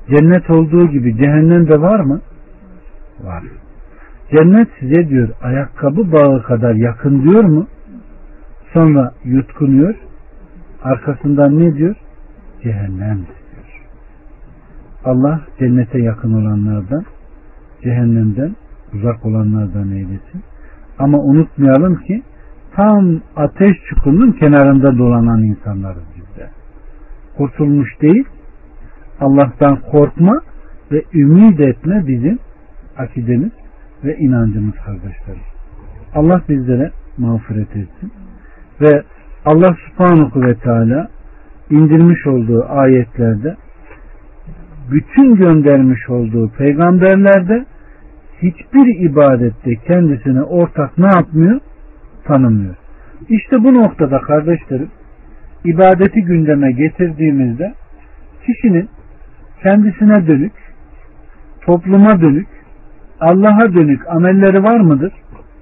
Cennet olduğu gibi cehennem de var mı? Var. Cennet size diyor ayakkabı bağı kadar yakın diyor mu? Sonra yutkunuyor. Arkasından ne diyor? Cehennem diyor. Allah cennete yakın olanlardan, cehennemden uzak olanlardan eylesin. Ama unutmayalım ki tam ateş çukurunun kenarında dolanan insanlarız biz de. Kurtulmuş değil, Allah'tan korkma ve ümit etme bizim akidemiz ve inancımız kardeşlerim. Allah bizlere mağfiret etsin. Ve Allah Subhanahu ve Teala indirmiş olduğu ayetlerde bütün göndermiş olduğu peygamberlerde hiçbir ibadette kendisine ortak ne yapmıyor? Tanımıyor. İşte bu noktada kardeşlerim ibadeti gündeme getirdiğimizde kişinin kendisine dönük, topluma dönük, Allah'a dönük amelleri var mıdır?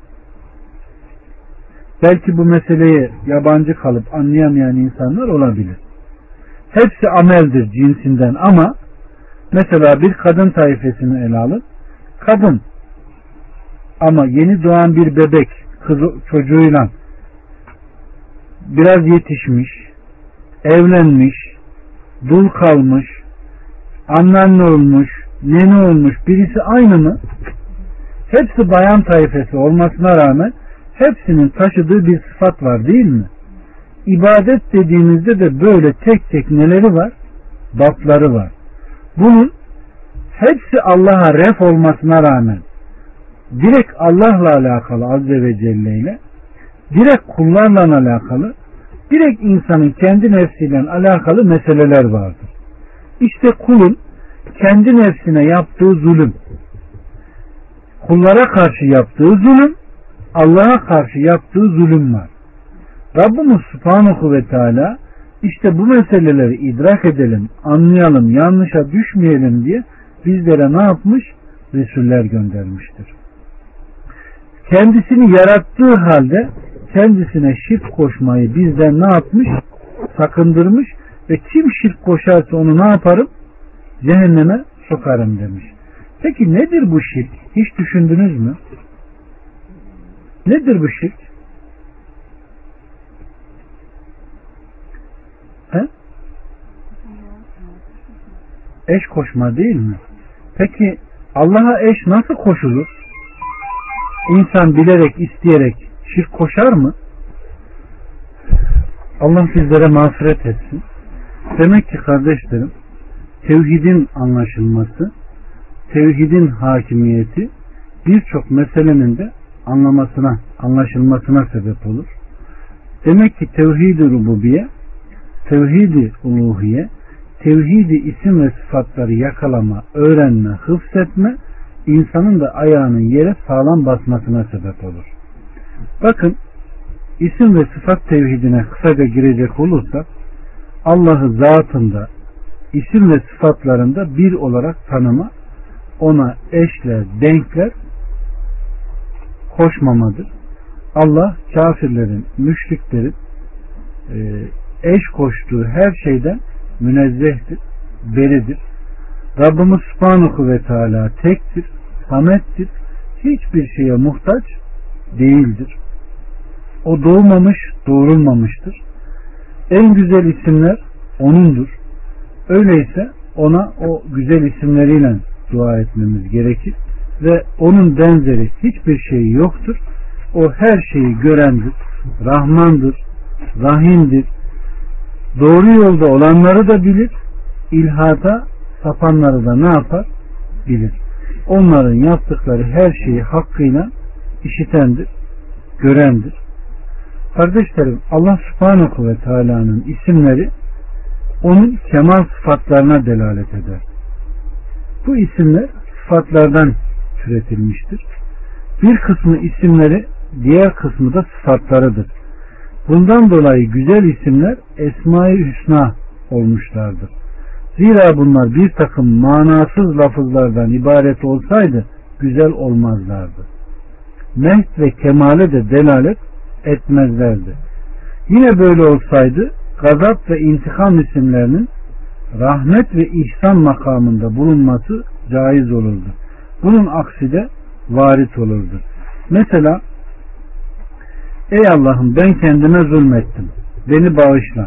Belki bu meseleye yabancı kalıp anlayamayan insanlar olabilir. Hepsi ameldir cinsinden ama mesela bir kadın taifesini ele alın. Kadın ama yeni doğan bir bebek çocuğuyla biraz yetişmiş, evlenmiş, dul kalmış, anneanne olmuş, nene olmuş birisi aynı mı? Hepsi bayan taifesi olmasına rağmen hepsinin taşıdığı bir sıfat var değil mi? İbadet dediğimizde de böyle tek tek neleri var? Bapları var. Bunun hepsi Allah'a ref olmasına rağmen direkt Allah'la alakalı Azze ve Celle ile, direkt kullarla alakalı, direkt insanın kendi nefsiyle alakalı meseleler vardır. İşte kulun kendi nefsine yaptığı zulüm, kullara karşı yaptığı zulüm, Allah'a karşı yaptığı zulüm var. Rabbimiz Subhanahu ve Teala işte bu meseleleri idrak edelim, anlayalım, yanlışa düşmeyelim diye bizlere ne yapmış? Resuller göndermiştir. Kendisini yarattığı halde kendisine şirk koşmayı bizden ne yapmış? Sakındırmış ve kim şirk koşarsa onu ne yaparım? Cehenneme sokarım demiş. Peki nedir bu şirk? Hiç düşündünüz mü? Nedir bu şirk? He? Eş koşma değil mi? Peki Allah'a eş nasıl koşulur? İnsan bilerek, isteyerek şirk koşar mı? Allah bizlere mağfiret etsin. Demek ki kardeşlerim, tevhidin anlaşılması, tevhidin hakimiyeti birçok meselenin de anlaşılmasına sebep olur. Demek ki tevhid-i rububiye, tevhid-i uluhiye, tevhid-i isim ve sıfatları yakalama, öğrenme, hıfzetme, insanın da ayağının yere sağlam basmasına sebep olur. Bakın, isim ve sıfat tevhidine kısaca girecek olursak, Allah'ı zatında, isim ve sıfatlarında bir olarak tanıma, ona eşler, denkler koşmamadır. Allah kafirlerin, müşriklerin eş koştuğu her şeyden münezzehtir, beridir. Rabbimiz Subhanahu ve Teala tektir, samettir, hiçbir şeye muhtaç değildir. O doğmamış, doğrulmamıştır. En güzel isimler O'nundur. Öyleyse O'na o güzel isimleriyle dua etmemiz gerekir ve O'nun benzeri hiçbir şey yoktur. O her şeyi görendir, Rahmandır, Rahim'dir. Doğru yolda olanları da bilir, ilhata sapanları da ne yapar? Bilir. Onların yaptıkları her şeyi hakkıyla işitendir, görendir. Kardeşlerim, Allah Subhanahu ve Teala'nın isimleri onun kemal sıfatlarına delalet eder. Bu isimler sıfatlardan türetilmiştir. Bir kısmı isimleri, diğer kısmı da sıfatlarıdır. Bundan dolayı güzel isimler Esma-i Hüsna olmuşlardır. Zira bunlar bir takım manasız lafızlardan ibaret olsaydı güzel olmazlardı. Mehd ve kemale de delalet etmezlerdi. Yine böyle olsaydı gazap ve intikam isimlerinin rahmet ve ihsan makamında bulunması caiz olurdu. Bunun aksi de varit olurdu. Mesela ey Allah'ım ben kendime zulmettim. Beni bağışla.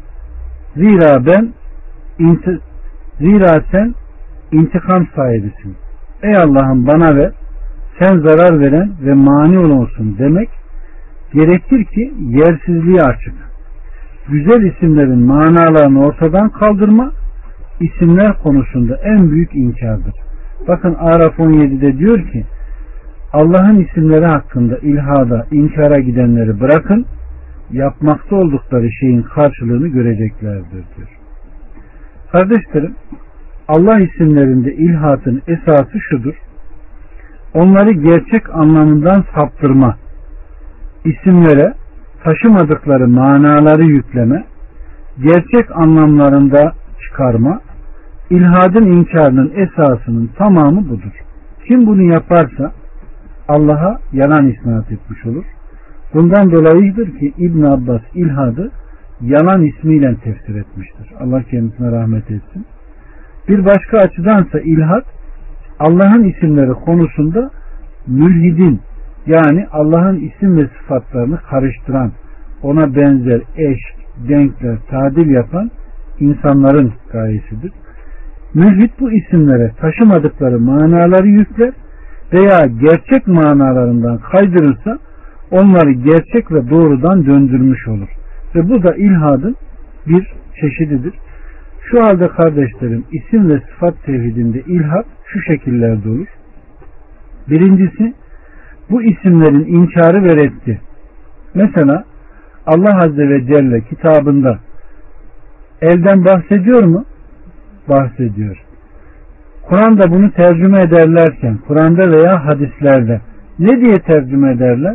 Zira sen intikam sahibisin. Ey Allah'ım bana ver. Sen zarar veren ve mani olsun demek gerekir ki yersizliği açık. Güzel isimlerin manalarını ortadan kaldırma isimler konusunda en büyük inkardır. Bakın Araf 17'de diyor ki Allah'ın isimleri hakkında ilhada, inkara gidenleri bırakın, yapmakta oldukları şeyin karşılığını göreceklerdir diyor. Kardeşlerim, Allah isimlerinde ilhatın esası şudur: onları gerçek anlamından saptırma, isimlere taşımadıkları manaları yükleme, gerçek anlamlarında çıkarma, ilhadın inkarının esasının tamamı budur. Kim bunu yaparsa Allah'a yalan isnat etmiş olur. Bundan dolayıdır ki İbn Abbas ilhadı yalan ismiyle tefsir etmiştir. Allah kendisine rahmet etsin. Bir başka açıdansa ilhat Allah'ın isimleri konusunda mülhidin, yani Allah'ın isim ve sıfatlarını karıştıran, ona benzer eş, denkler, tadil yapan insanların gayesidir. Mülhid bu isimlere taşımadıkları manaları yükler veya gerçek manalarından kaydırırsa onları gerçek ve doğrudan döndürmüş olur. Ve bu da ilhadın bir çeşididir. Şu halde kardeşlerim, isim ve sıfat tevhidinde ilhad şu şekillerde olur. Birincisi, bu isimlerin inkarı ve reddi. Mesela Allah Azze ve Celle kitabında elden bahsediyor mu? Bahsediyor. Kur'an'da bunu tercüme ederlerken, Kur'an'da veya hadislerde ne diye tercüme ederler?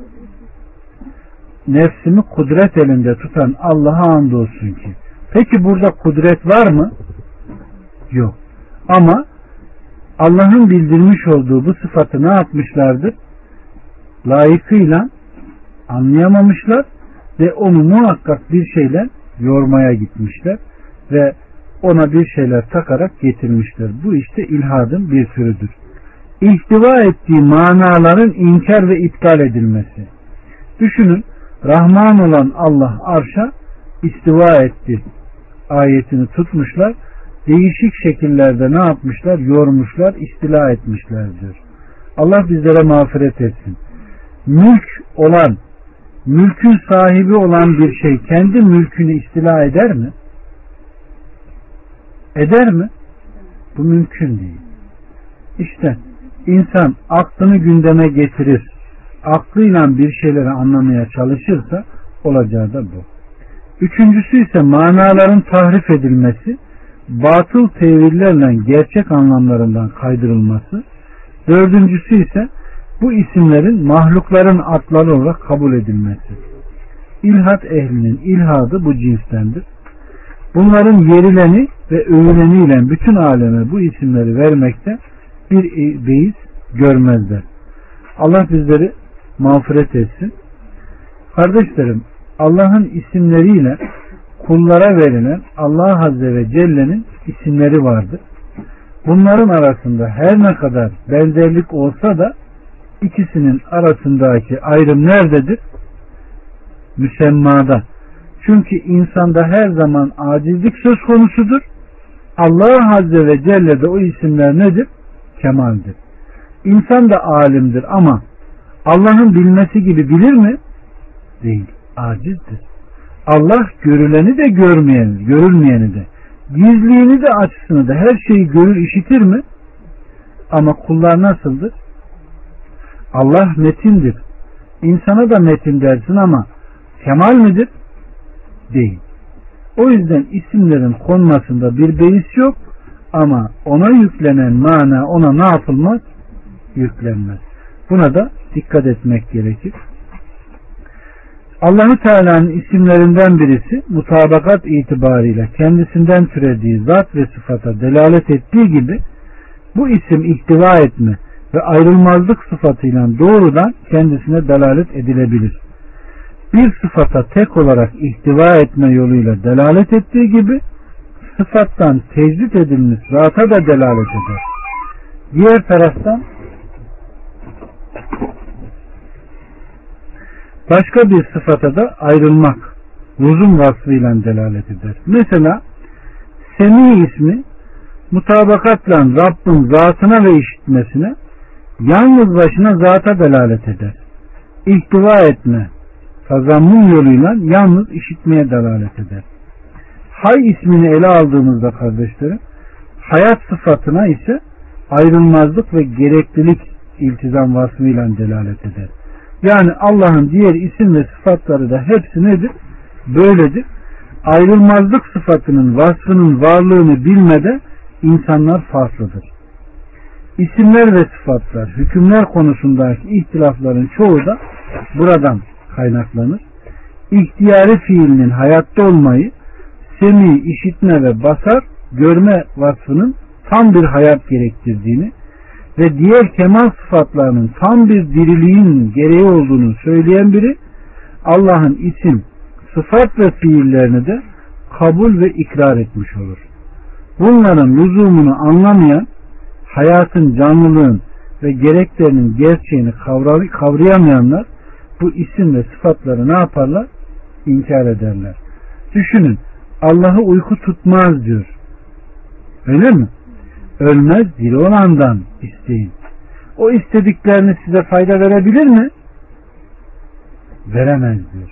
Nefsimi kudret elinde tutan Allah'a andolsun ki. Peki burada kudret var mı? Yok. Ama Allah'ın bildirmiş olduğu bu sıfatı ne yapmışlardır? Layıkıyla anlayamamışlar ve onu muhakkak bir şeyle yormaya gitmişler ve ona bir şeyler takarak getirmişler. Bu işte ilhadın bir türüdür. İhtiva ettiği manaların inkar ve iptal edilmesi. Düşünün, Rahman olan Allah arşa istiva etti ayetini tutmuşlar, değişik şekillerde ne yapmışlar? Yormuşlar, istila etmişlerdir. Allah bizlere mağfiret etsin. Mülk olan, mülkün sahibi olan bir şey kendi mülkünü istila eder mi? Eder mi? Bu mümkün değil. İşte insan aklını gündeme getirir, aklıyla bir şeyleri anlamaya çalışırsa olacağı da bu. Üçüncüsü ise manaların tahrif edilmesi, batıl tevillerle gerçek anlamlarından kaydırılması. Dördüncüsü ise bu isimlerin mahlukların adları olarak kabul edilmesi. İlhat ehlinin ilhadı bu cinstendir. Bunların yerileni ve övüleniyle bütün aleme bu isimleri vermekte bir beis görmezler. Allah bizleri mağfiret etsin. Kardeşlerim, Allah'ın isimleriyle kullara verilen Allah Azze ve Celle'nin isimleri vardır. Bunların arasında her ne kadar benzerlik olsa da ikisinin arasındaki ayrım nerededir? Müsemmada. Çünkü insanda her zaman acizlik söz konusudur. Allah Azze ve Celle'de o isimler nedir? Kemaldir. İnsan da alimdir ama Allah'ın bilmesi gibi bilir mi? Değil. Acizdir. Allah görüleni de görülmeyeni de, gizliyini de açısını da her şeyi görür, işitir mi? Ama kullar nasıldır? Allah metindir. İnsana da metin dersin ama kemal midir? Değil. O yüzden isimlerin konmasında bir beis yok ama ona yüklenen mana ona ne yapılmaz? Yüklenmez. Buna da dikkat etmek gerekir. Allah-u Teala'nın isimlerinden birisi mutabakat itibariyle kendisinden türediği zat ve sıfata delalet ettiği gibi bu isim ihtiva etme ve ayrılmazlık sıfatıyla doğrudan kendisine delalet edilebilir. Bir sıfata tek olarak ihtiva etme yoluyla delalet ettiği gibi sıfattan tecrit edilmiş zata da delalet eder. Diğer taraftan başka bir sıfata da ayrılmak, lüzum vasfıyla delalet eder. Mesela Semi ismi mutabakatla Rabbin zatına ve işitmesine, yalnız başına zata delalet eder. İhtiva etme, tazammun yoluyla yalnız işitmeye delalet eder. Hay ismini ele aldığımızda kardeşlerim, hayat sıfatına ise ayrılmazlık ve gereklilik iltizam vasfıyla delalet eder. Yani Allah'ın diğer isim ve sıfatları da hepsi nedir? Böyledir. Ayrılmazlık sıfatının vasfının varlığını bilmede insanlar farklıdır. İsimler ve sıfatlar, hükümler konusundaki ihtilafların çoğu da buradan kaynaklanır. İhtiyari fiilinin hayatta olmayı, semi, işitme ve basar, görme vasfının tam bir hayat gerektirdiğini ve diğer kemal sıfatlarının tam bir diriliğin gereği olduğunu söyleyen biri, Allah'ın isim, sıfat ve fiillerini de kabul ve ikrar etmiş olur. Bunların lüzumunu anlamayan, hayatın, canlılığın ve gereklerinin gerçeğini kavrayamayanlar bu isim ve sıfatları ne yaparlar? İnkar ederler. Düşünün, Allah'ı uyku tutmaz diyor. Öyle mi? Ölmez, diri olandan isteyin. O istediklerini size fayda verebilir mi? Veremez diyor.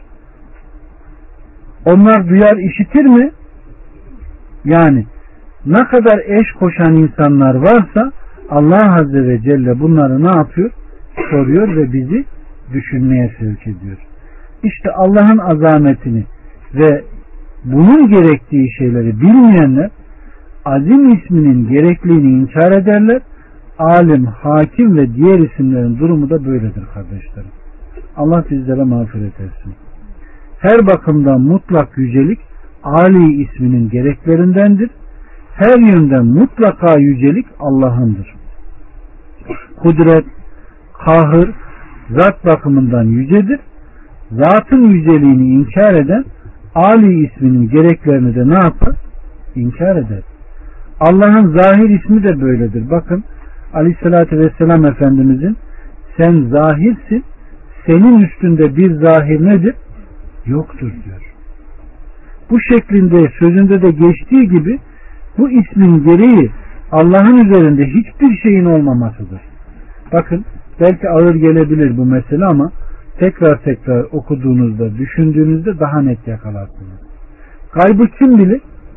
Onlar duyar, işitir mi? Yani ne kadar eş koşan insanlar varsa Allah Azze ve Celle bunları ne yapıyor? Soruyor ve bizi düşünmeye sevk ediyor. İşte Allah'ın azametini ve bunun gerektiği şeyleri bilmeyenler azim isminin gerekliliğini inkar ederler. Alim, hakim ve diğer isimlerin durumu da böyledir kardeşlerim. Allah bizlere mağfiret etsin. Her bakımdan mutlak yücelik Ali isminin gereklerindendir. Her yönden mutlaka yücelik Allah'ındır. Kudret, kahır, zat bakımından yücedir. Zatın yüceliğini inkar eden Ali isminin gereklerini de ne yapar? İnkar eder. Allah'ın zahir ismi de böyledir. Bakın Aleyhisselatü Vesselam Efendimizin sen zahirsin, senin üstünde bir zahir nedir? Yoktur diyor. Bu şeklinde sözünde de geçtiği gibi bu ismin gereği Allah'ın üzerinde hiçbir şeyin olmamasıdır. Bakın belki ağır gelebilir bu mesele ama tekrar okuduğunuzda, düşündüğünüzde daha net yakalarsınız. Gaybı kim bilir?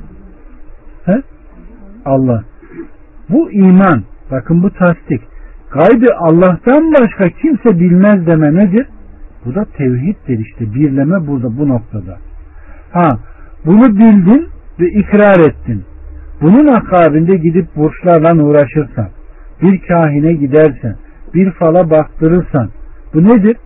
Allah. Bu iman. Bakın bu tasdik. Gaybı Allah'tan başka kimse bilmez deme nedir? Bu da tevhiddir işte. Birleme burada bu noktada. Bunu bildin ve ikrar ettin. Bunun akabinde gidip burçlarla uğraşırsan, bir kahine gidersen, bir fala baktırırsan, bu nedir?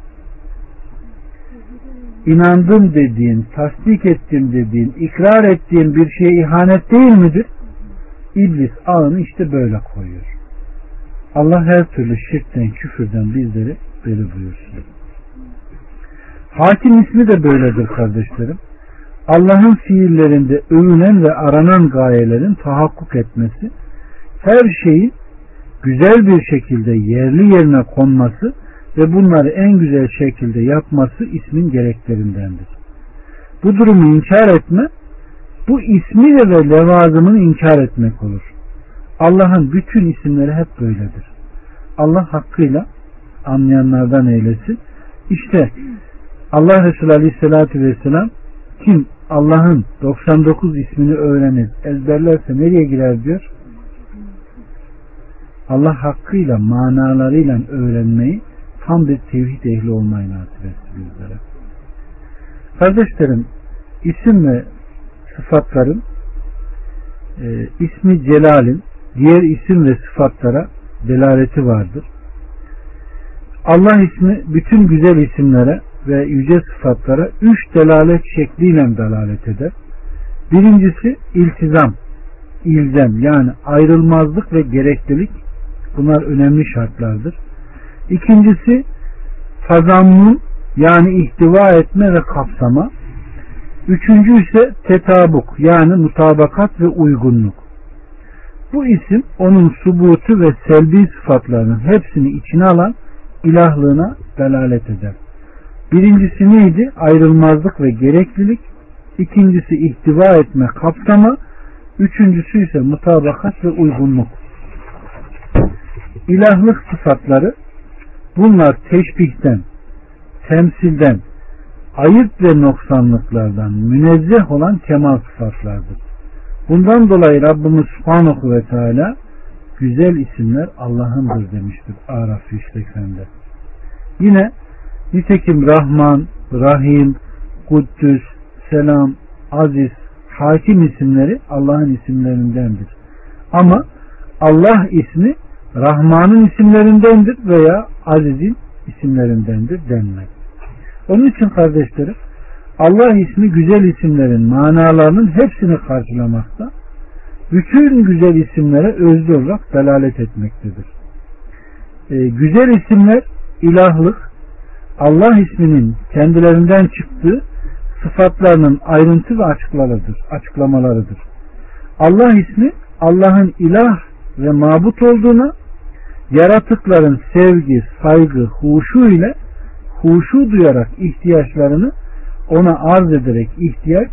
İnandım dediğin, tasdik ettim dediğin, ikrar ettiğin bir şeye ihanet değil midir? İblis ağını işte böyle koyuyor. Allah her türlü şirkten, küfürden bizleri beri buyursun. Hakim ismi de böyledir kardeşlerim. Allah'ın fiillerinde övünen ve aranan gayelerin tahakkuk etmesi, her şeyin güzel bir şekilde yerli yerine konması ve bunları en güzel şekilde yapması ismin gereklerindendir. Bu durumu inkar etme, bu ismi ve levazımını inkar etmek olur. Allah'ın bütün isimleri hep böyledir. Allah hakkıyla anlayanlardan eylesin. İşte Allah Resulü Aleyhisselatü Vesselam kim Allah'ın 99 ismini öğrenir, ezberlerse nereye girer diyor? Allah hakkıyla, manalarıyla öğrenmeyi, tam bir tevhid ehli olmayı nasip etsin bizlere. Kardeşlerim, isim ve sıfatların ismi celalin diğer isim ve sıfatlara delaleti vardır. Allah ismi bütün güzel isimlere ve yüce sıfatlara 3 delalet şekliyle delalet eder. Birincisi iltizam, ilzem yani ayrılmazlık ve gereklilik. Bunlar önemli şartlardır. İkincisi tazammun yani ihtiva etme ve kapsama. Üçüncü ise tetabuk yani mutabakat ve uygunluk. Bu isim onun subutu ve selbi sıfatlarının hepsini içine alan ilahlığına delalet eder. Birincisi neydi? Ayrılmazlık ve gereklilik. İkincisi ihtiva etme, kapsama. Üçüncüsü ise mutabakat ve uygunluk. İlahlık sıfatları bunlar teşbihten, temsilden, ayıp ve noksanlıklardan münezzeh olan kemal sıfatlardır. Bundan dolayı Rabbimiz Subhanahu ve Teala güzel isimler Allah'ındır demiştir Araf 180'de. Yine nitekim Rahman, Rahim, Kuddüs, Selam, Aziz, Hakim isimleri Allah'ın isimlerindendir. Ama Allah ismi Rahman'ın isimlerindendir veya Aziz'in isimlerindendir denmez. Onun için kardeşlerim, Allah ismi güzel isimlerin manalarının hepsini karşılamakta, bütün güzel isimlere özlü olarak delalet etmektedir. Güzel isimler ilahlık, Allah isminin kendilerinden çıktığı sıfatlarının ayrıntı ve açıklamalarıdır. Allah ismi Allah'ın ilah ve mabut olduğuna, yaratıkların sevgi, saygı, huşu ile huşu duyarak ihtiyaçlarını ona arz ederek ihtiyaç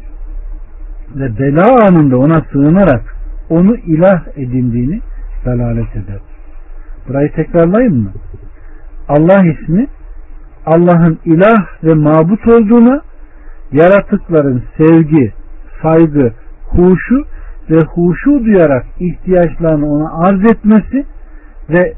ve bela anında ona sığınarak onu ilah edindiğini delalet eder. Burayı tekrarlayayım mı? Allah ismi Allah'ın ilah ve mabut olduğuna, yaratıkların sevgi, saygı, huşu ve huşu duyarak ihtiyaçlarını ona arz etmesi ve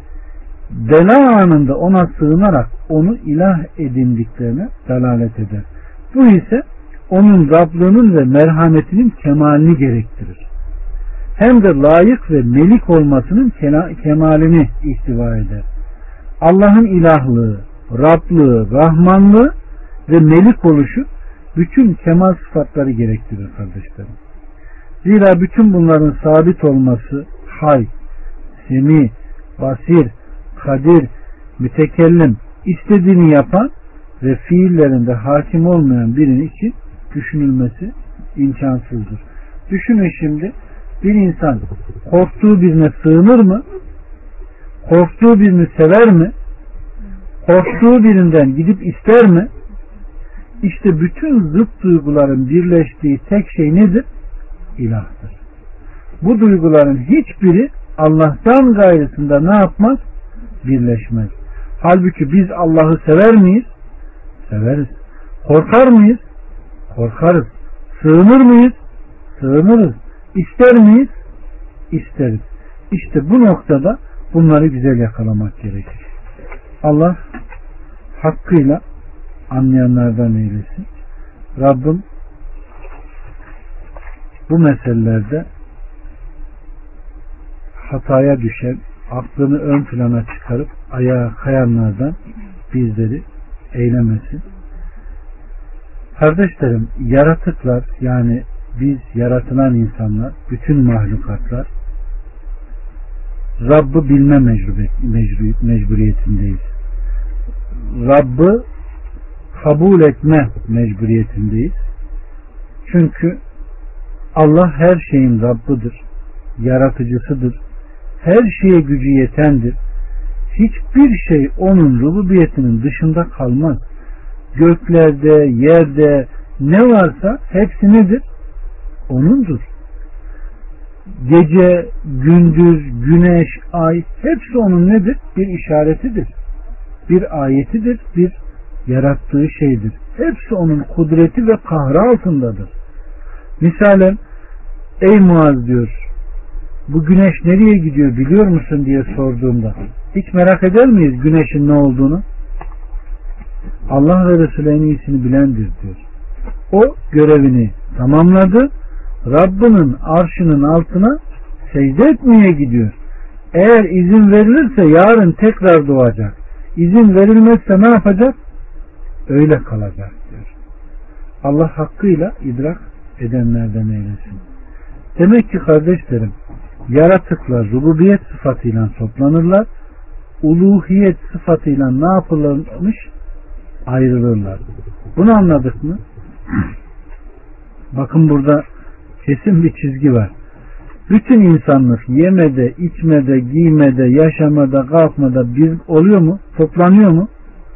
bela anında ona sığınarak onu ilah edindiklerine delalet eder. Bu ise onun Rablığının ve merhametinin kemalini gerektirir. Hem de layık ve melik olmasının kemalini ihtiva eder. Allah'ın ilahlığı, Rablığı, Rahmanlığı ve melik oluşu bütün kemal sıfatları gerektirir kardeşlerim. Zira bütün bunların sabit olması hay, semi, basir, kadir, mütekellim, istediğini yapan ve fiillerinde hakim olmayan birinin için düşünülmesi imkansızdır. Düşünün şimdi, bir insan korktuğu birine sığınır mı? Korktuğu birini sever mi? Korktuğu birinden gidip ister mi? İşte bütün zıt duyguların birleştiği tek şey nedir? İlahtır. Bu duyguların hiçbiri Allah'tan gayrısında ne yapmaz? Birleşmez. Halbuki biz Allah'ı sever miyiz? Severiz. Korkar mıyız? Korkarız. Sığınır mıyız? Sığınırız. İster miyiz? İsteriz. İşte bu noktada bunları güzel yakalamak gerekir. Allah hakkıyla anlayanlardan eylesin. Rabbim bu meselelerde hataya düşen, aklını ön plana çıkarıp ayağa kayanlardan bizleri eylemesin. Kardeşlerim, yaratıklar, yani biz yaratılan insanlar, bütün mahlukatlar Rabb'ı bilme mecburiyetindeyiz. Rabb'ı kabul etme mecburiyetindeyiz. Çünkü Allah her şeyin Rabbıdır, yaratıcısıdır, her şeye gücü yetendir. Hiçbir şey onun rububiyetinin dışında kalmaz. Göklerde, yerde ne varsa hepsi nedir? O'nundur. Gece, gündüz, güneş, ay hepsi onun nedir? Bir işaretidir. Bir ayetidir, bir yarattığı şeydir. Hepsi onun kudreti ve kahrı altındadır. Misalen, ey Muaz diyor, bu güneş nereye gidiyor biliyor musun diye sorduğumda hiç merak eder miyiz güneşin ne olduğunu? Allah ve Resulü en iyisini bilendir diyor. O görevini tamamladı. Rabbinin arşının altına secde etmeye gidiyor. Eğer izin verilirse yarın tekrar doğacak. İzin verilmezse ne yapacak? Öyle kalacak diyor. Allah hakkıyla idrak edenlerden eylesin. Demek ki kardeşlerim, yaratıklar rububiyet sıfatıyla toplanırlar. Uluhiyet sıfatıyla ne yapılırmış? Ayrılırlar. Bunu anladık mı? Bakın burada kesin bir çizgi var. Bütün insanlık yemede, içmede, giymede, yaşamada, kalkmada bir oluyor mu? Toplanıyor mu?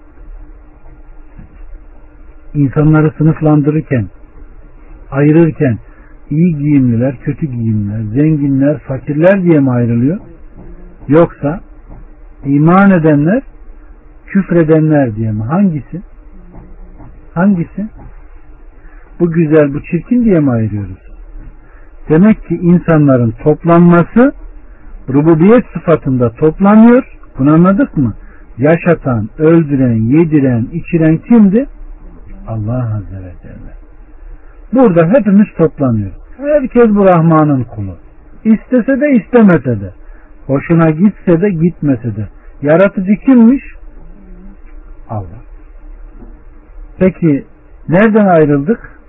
İnsanları sınıflandırırken, ayırırken iyi giyimliler, kötü giyimliler, zenginler, fakirler diye mi ayrılıyor? Yoksa iman edenler, küfredenler diye mi? Hangisi? Hangisi? Bu güzel, bu çirkin diye mi ayırıyoruz? Demek ki insanların toplanması rububiyet sıfatında toplanıyor. Bunu anladık mı? Yaşatan, öldüren, yediren, içiren kimdi? Allah Azze ve Celle. Burada hepimiz toplanıyoruz. Herkes bu Rahman'ın kulu. İstese de istemese de, hoşuna gitse de gitmese de. Yaratıcı kimmiş? Allah. Peki nereden ayrıldık?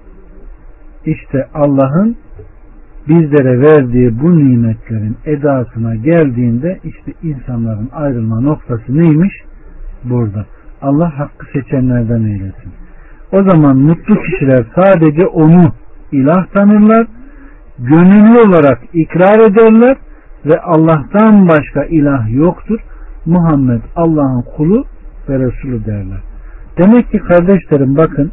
İşte Allah'ın bizlere verdiği bu nimetlerin edasına geldiğinde işte insanların ayrılma noktası neymiş? Burada. Allah hakkı seçenlerden eylesin. O zaman mutlu kişiler sadece onu ilah tanırlar, gönüllü olarak ikrar ederler ve Allah'tan başka ilah yoktur. Muhammed Allah'ın kulu ve Resulü derler. Demek ki kardeşlerim bakın,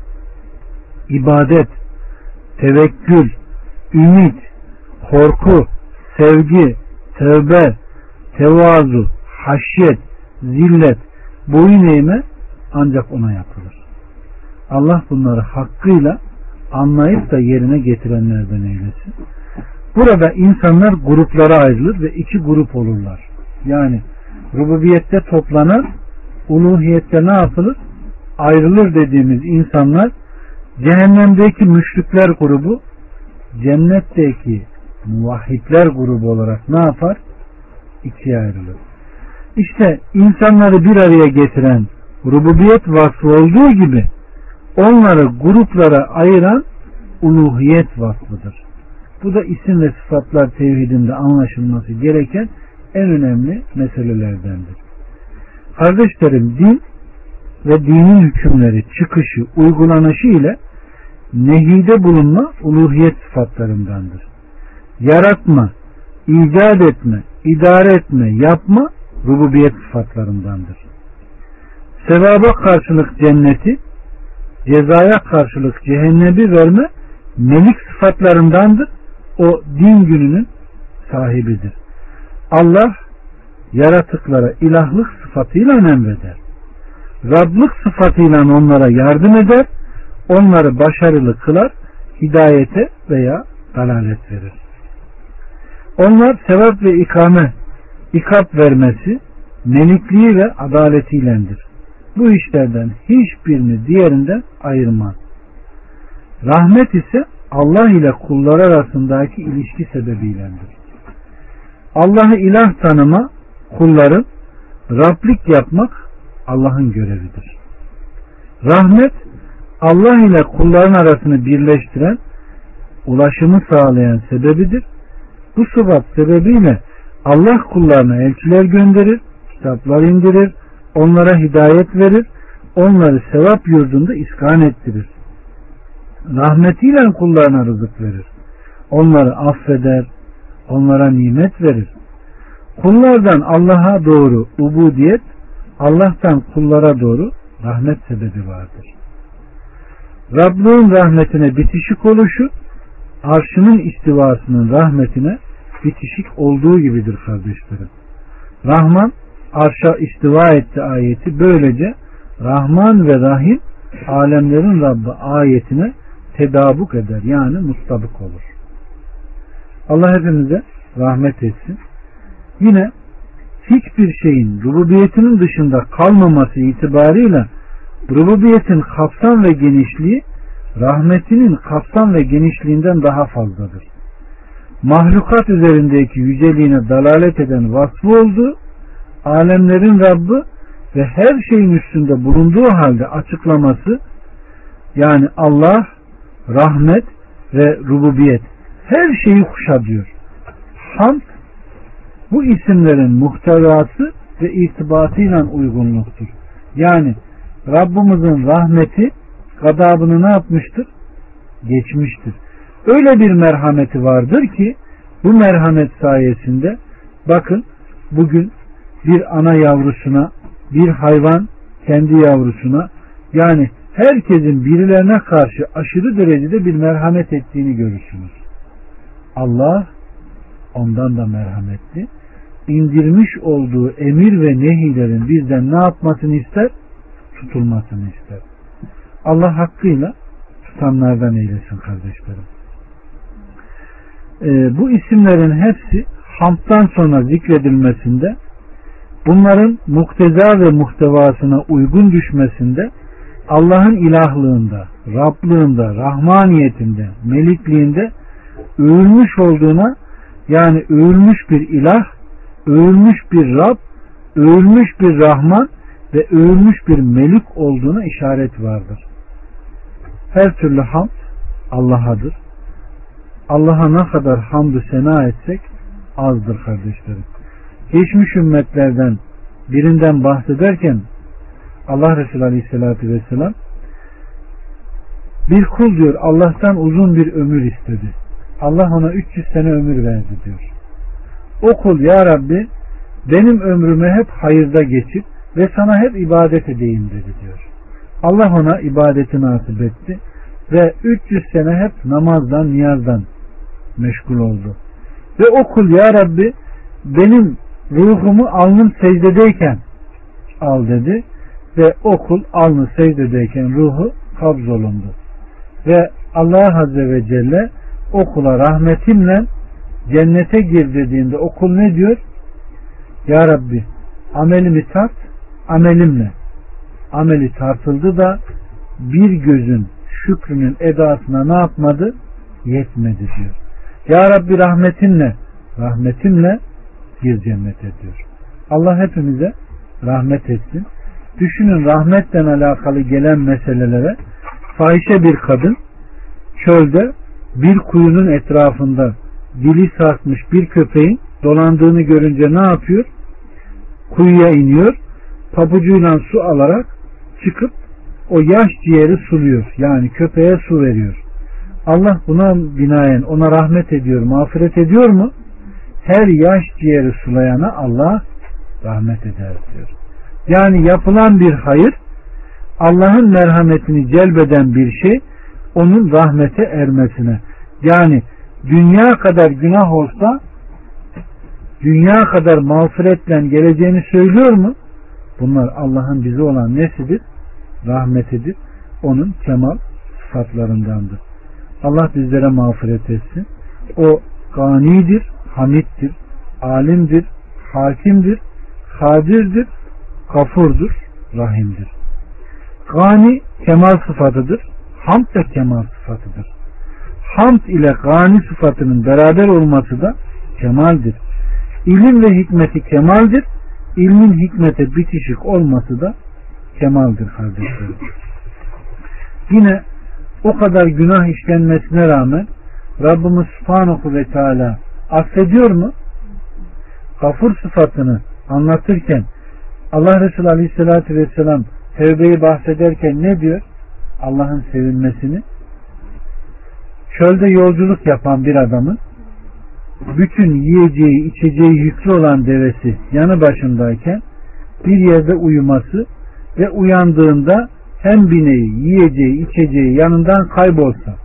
ibadet, tevekkül, ümit, korku, sevgi, tövbe, tevazu, haşyet, zillet, boyun eğme ancak ona yapılır. Allah bunları hakkıyla anlayıp da yerine getirenlerden eylesin. Burada insanlar gruplara ayrılır ve iki grup olurlar. Yani rububiyette toplanır, uluhiyette ne yapılır? Ayrılır dediğimiz insanlar cehennemdeki müşrikler grubu, cennetteki muvahhidler grubu olarak ne yapar? İkiye ayrılır. İşte insanları bir araya getiren rububiyet vasfı olduğu gibi onları gruplara ayıran uluhiyet vasfıdır. Bu da isim ve sıfatlar tevhidinde anlaşılması gereken en önemli meselelerdendir. Kardeşlerim, din ve dinin hükümleri, çıkışı, uygulanışı ile nehide bulunma uluhiyet sıfatlarındandır. Yaratma, icat etme, idare etme, yapma rububiyet sıfatlarındandır. Sevaba karşılık cenneti, cezaya karşılık cehennemi verme melik sıfatlarındandır. O din gününün sahibidir. Allah yaratıklara ilahlık sıfatıyla emreder. Rablık sıfatıyla onlara yardım eder. Onları başarılı kılar, hidayete veya dalalet verir. Onlar sevap ve ikap vermesi, melikliği ve adaletiylendir. Bu işlerden hiçbirini diğerinden ayırmaz. Rahmet ise Allah ile kullar arasındaki ilişki sebebiylendir. Allah'ı ilah tanıma, kulların Rablik yapmak Allah'ın görevidir. Rahmet, Allah ile kulların arasını birleştiren, ulaşımı sağlayan sebebidir. Bu sıfat sebebiyle Allah kullarına elçiler gönderir, kitaplar indirir, onlara hidayet verir, onları sevap yurdunda iskan ettirir. Rahmetiyle kullarına rızık verir. Onları affeder, onlara nimet verir. Kullardan Allah'a doğru ubudiyet, Allah'tan kullara doğru rahmet sebebi vardır. Rabb'in rahmetine bitişik oluşu, arşının istivasının rahmetine bitişik olduğu gibidir kardeşlerim. Rahman arşa istiva etti ayeti böylece Rahman ve Rahim alemlerin Rabbi ayetine tedabuk eder, yani mustabık olur. Allah hepimize rahmet etsin. Yine hiçbir şeyin rububiyetinin dışında kalmaması itibarıyla rububiyetin kapsam ve genişliği rahmetinin kapsam ve genişliğinden daha fazladır. Mahlukat üzerindeki yüceliğine dalalet eden vasfı olduğu, alemlerin Rabbi ve her şeyin üstünde bulunduğu halde açıklaması, yani Allah, rahmet ve rububiyet her şeyi kuşatıyor. Hamd bu isimlerin muhtevası ve irtibatıyla uygunluktur. Yani Rabbimizin rahmeti gadabını ne yapmıştır? Geçmiştir. Öyle bir merhameti vardır ki bu merhamet sayesinde bakın bugün bir ana yavrusuna, bir hayvan kendi yavrusuna, yani herkesin birilerine karşı aşırı derecede bir merhamet ettiğini görürsünüz. Allah ondan da merhametli. İndirmiş olduğu emir ve nehilerin bizden ne yapmasını ister? Tutulmasını ister. Allah hakkıyla tutanlardan eylesin kardeşlerim. Bu isimlerin hepsi hamdtan sonra zikredilmesinde, bunların mukteza ve muhtevasına uygun düşmesinde, Allah'ın ilahlığında, Rablığında, Rahmaniyetinde, Melikliğinde övülmüş olduğuna, yani övülmüş bir ilah, övülmüş bir Rab, övülmüş bir Rahman ve övülmüş bir Melik olduğuna işaret vardır. Her türlü hamd Allah'adır. Allah'a ne kadar hamdü sena etsek azdır kardeşlerim. Geçmiş ümmetlerden birinden bahsederken Allah Resulü Aleyhisselatü Vesselam, bir kul diyor Allah'tan uzun bir ömür istedi. Allah ona 300 sene ömür verdi diyor. O kul, ya Rabbi benim ömrümü hep hayırda geçip ve sana hep ibadet edeyim dedi diyor. Allah ona ibadeti nasip etti ve 300 sene hep namazdan, niyazdan meşgul oldu. Ve o kul, ya Rabbi benim ruhumu alnım secdedeyken al dedi ve o kul alnı secdedeyken ruhu kabzolundu. Ve Allah Azze ve Celle o kula rahmetimle cennete gir dediğinde o kul ne diyor? Ya Rabbi amelimi tart, amelimle. Ameli tartıldı da bir gözün şükrünün edasına ne yapmadı? Yetmedi diyor. Ya Rabbi rahmetinle, rahmetimle gir cennete diyor. Allah hepimize rahmet etsin. Düşünün, rahmetle alakalı gelen meselelere. Fahişe bir kadın çölde bir kuyunun etrafında dili sarkmış bir köpeğin dolandığını görünce ne yapıyor? Kuyuya iniyor, pabucuyla su alarak çıkıp o yaş ciğeri suluyor. Yani köpeğe su veriyor. Allah buna binaen ona rahmet ediyor, mağfiret ediyor mu? Her yaş ciğeri sulayana Allah rahmet eder diyor. Yani yapılan bir hayır, Allah'ın merhametini celbeden bir şey, onun rahmete ermesine. Yani dünya kadar günah olsa, dünya kadar mağfiretle geleceğini söylüyor mu? Bunlar Allah'ın bize olan nesidir? Rahmetidir. Onun kemal sıfatlarındandır. Allah bizlere mağfiret etsin. O ganidir, hamiddir, alimdir, hakimdir, kadirdir, gafurdur, rahimdir. Gani kemal sıfatıdır. Hamd da kemal sıfatıdır. Hamd ile gani sıfatının beraber olması da kemaldir. İlim ve hikmeti kemaldir. İlmin hikmete bitişik olması da kemaldir kardeşlerim. Yine o kadar günah işlenmesine rağmen Rabbimiz Subhanahu ve Teala affediyor mu? Gafur sıfatını anlatırken Allah Resulü Aleyhisselatü Vesselam tevbeyi bahsederken ne diyor? Allah'ın sevilmesini. Çölde yolculuk yapan bir adamın bütün yiyeceği, içeceği yüklü olan devesi yanı başındayken bir yerde uyuması ve uyandığında hem bineği, yiyeceği, içeceği yanından kaybolsa,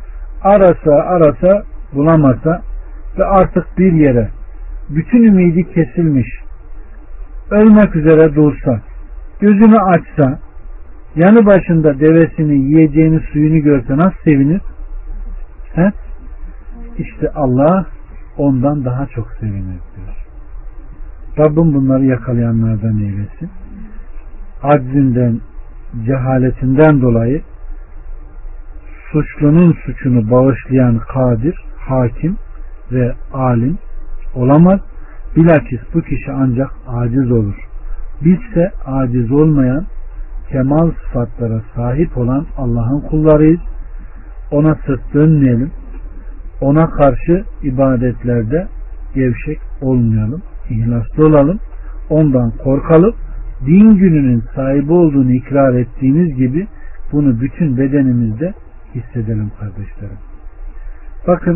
arasa bulamasa ve artık bir yere bütün ümidi kesilmiş, ölmek üzere dursa, gözünü açsa, yanı başında devesini, yiyeceğini, suyunu görse nasıl sevinir? He? İşte Allah ondan daha çok sevinir diyor. Rabbim bunları yakalayanlardan eylesin. Aczinden, cehaletinden dolayı suçlunun suçunu bağışlayan kadir, hakim ve alim olamaz. Bilakis bu kişi ancak aciz olur. Bizse aciz olmayan, kemal sıfatlara sahip olan Allah'ın kullarıyız. Ona sırt dönmeyelim. Ona karşı ibadetlerde gevşek olmayalım. İhlaslı olalım. Ondan korkalım. Din gününün sahibi olduğunu ikrar ettiğimiz gibi bunu bütün bedenimizde hissedelim kardeşlerim. Bakın,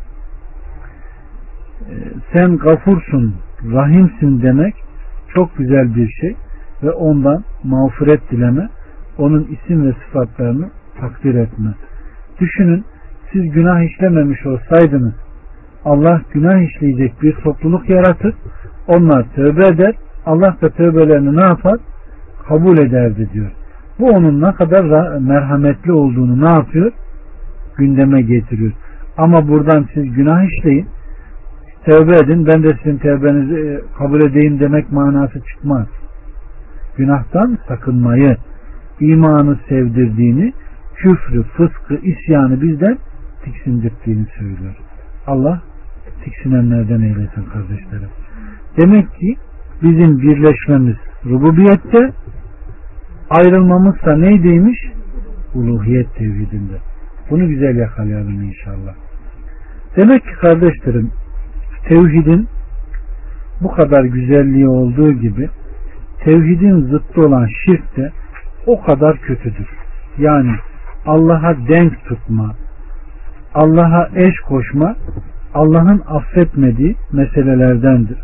sen gafursun, rahimsin demek çok güzel bir şey ve ondan mağfiret dileme, onun isim ve sıfatlarını takdir etme. Düşünün, siz günah işlememiş olsaydınız Allah günah işleyecek bir topluluk yaratır, onlar tövbe eder, Allah da tövbelerini ne yapar? Kabul ederdi diyor. Bu onun ne kadar merhametli olduğunu ne yapıyor? Gündeme getiriyor. Ama buradan siz günah işleyin, tövbe edin, ben de sizin tövbenizi kabul edeyim demek manası çıkmaz. Günahtan sakınmayı, imanı sevdirdiğini, küfrü, fıskı, isyanı bizden tiksindirdiğini söylüyor. Allah tiksinenlerden eylesin kardeşlerim. Demek ki bizim birleşmemiz rububiyette, ayrılmamız da neydiymiş? Uluhiyet tevhidinde. Bunu güzel yakalayalım inşallah. Demek ki kardeşlerim, tevhidin bu kadar güzelliği olduğu gibi tevhidin zıttı olan şirk de o kadar kötüdür. Yani Allah'a denk tutma, Allah'a eş koşma, Allah'ın affetmediği meselelerdendir.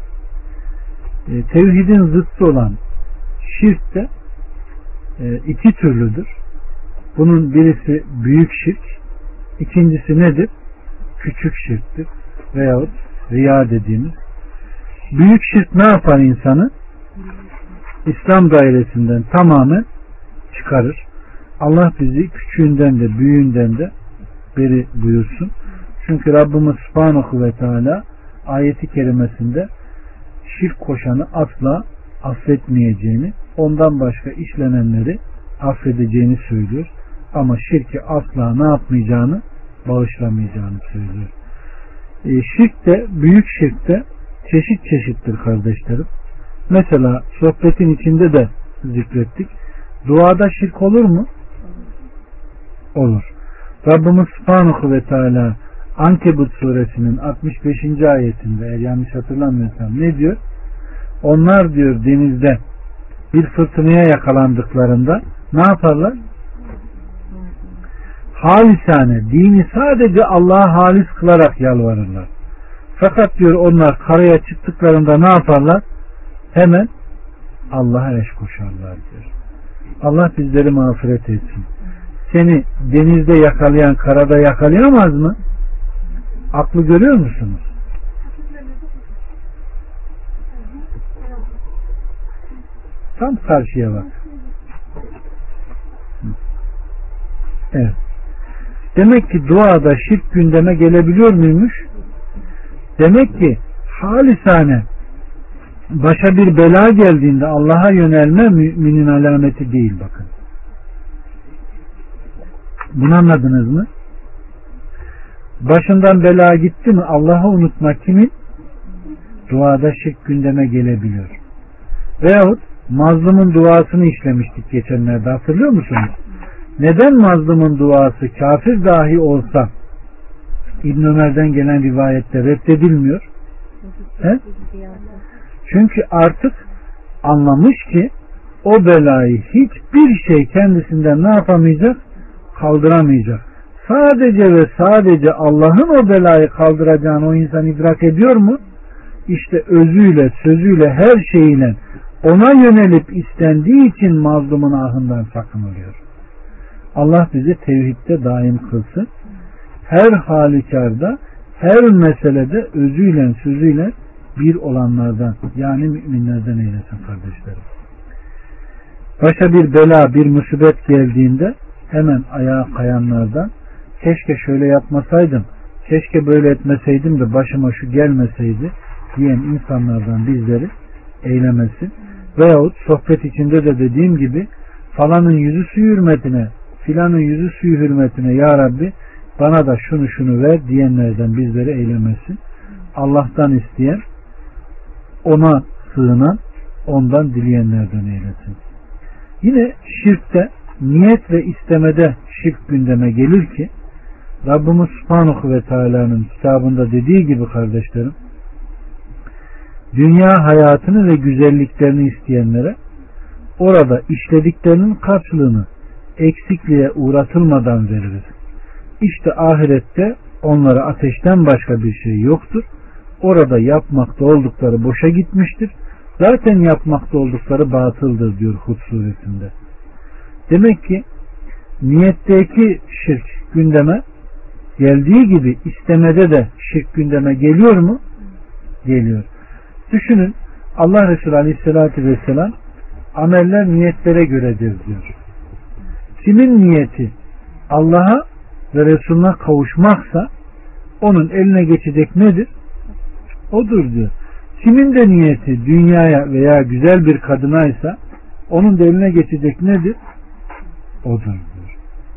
Tevhidin zıttı olan şirk de iki türlüdür. Bunun birisi büyük şirk, ikincisi nedir? Küçük şirktir veyahut riya dediğimiz. Büyük şirk ne yapar insanı? İslam dairesinden tamamen çıkarır. Allah bizi küçüğünden de büyüğünden de beri buyursun. Çünkü Rabbimiz Subhanahu ve Teala ayeti kerimesinde şirk koşanı asla affetmeyeceğini, ondan başka işlenenleri affedeceğini söylüyor. Ama şirki asla ne yapmayacağını, bağışlamayacağını söylüyor. Şirk de, büyük şirk de çeşit çeşittir kardeşlerim. Mesela sohbetin içinde de zikrettik. Duada şirk olur mu? Olur. Rabbimiz Subhanahu ve Teala Ankebut suresinin 65. ayetinde, eğer yanlış hatırlamıyorsam, ne diyor? Onlar diyor denizde bir fırtınaya yakalandıklarında ne yaparlar? Halisane, dini sadece Allah'a halis kılarak yalvarırlar. Fakat diyor onlar karaya çıktıklarında ne yaparlar? Hemen Allah'a eş koşarlar diyor. Allah bizleri mağfiret etsin. Seni denizde yakalayan karada yakalayamaz mı? Aklı görüyor musunuz? Tam karşıya bak. Evet. Demek ki duada şirk gündeme gelebiliyor muymuş? Demek ki halisane başa bir bela geldiğinde Allah'a yönelme müminin alameti değil, bakın. Bunu anladınız mı? Başından bela gitti mi Allah'ı unutma kimin? Duada şirk gündeme gelebiliyor. Veyahut mazlumun duasını işlemiştik geçenlerde, hatırlıyor musunuz? Neden mazlumun duası kafir dahi olsa İbn Ömer'den gelen rivayette reddedilmiyor? He? Çünkü artık anlamış ki o belayı hiçbir şey kendisinden ne yapamayacak? Kaldıramayacak. Sadece ve sadece Allah'ın o belayı kaldıracağını o insan idrak ediyor mu? İşte özüyle, sözüyle, her şeyiyle ona yönelip istendiği için mazlumun ahından sakınılıyor. Allah bizi tevhidde daim kılsın. Her halükarda, her meselede özüyle, sözüyle bir olanlardan, yani müminlerden eylesin kardeşlerim. Başa bir bela, bir musibet geldiğinde hemen ayağa kayanlardan, keşke şöyle yapmasaydım, keşke böyle etmeseydim de başıma şu gelmeseydi diyen insanlardan bizleri eylemesin. Veyahut sohbet içinde de dediğim gibi falanın yüzü suyu hürmetine, filanın yüzü suyu hürmetine ya Rabbi bana da şunu şunu ver diyenlerden bizleri eylemesin. Allah'tan isteyen, ona sığınan, ondan dileyenlerden eylesin. Yine şirkte, niyet ve istemede şirk gündeme gelir ki Rabbimiz Subhanahu ve Teala'nın kitabında dediği gibi kardeşlerim, dünya hayatını ve güzelliklerini isteyenlere orada işlediklerinin karşılığını eksikliğe uğratılmadan veririz. İşte ahirette Onlara ateşten başka bir şey yoktur. Orada yapmakta oldukları boşa gitmiştir. Zaten yapmakta oldukları batıldır diyor Hud suresinde. Demek ki niyetteki şirk gündeme geldiği gibi istemede de şirk gündeme geliyor mu? Geliyor. Düşünün, Allah Resulü Aleyhisselatü Vesselam ameller niyetlere göredir diyor. Kimin niyeti Allah'a ve Resulüne kavuşmaksa onun eline geçecek nedir? Odur diyor. Kimin de niyeti dünyaya veya güzel bir kadınaysa onun da eline geçecek nedir? Odur diyor.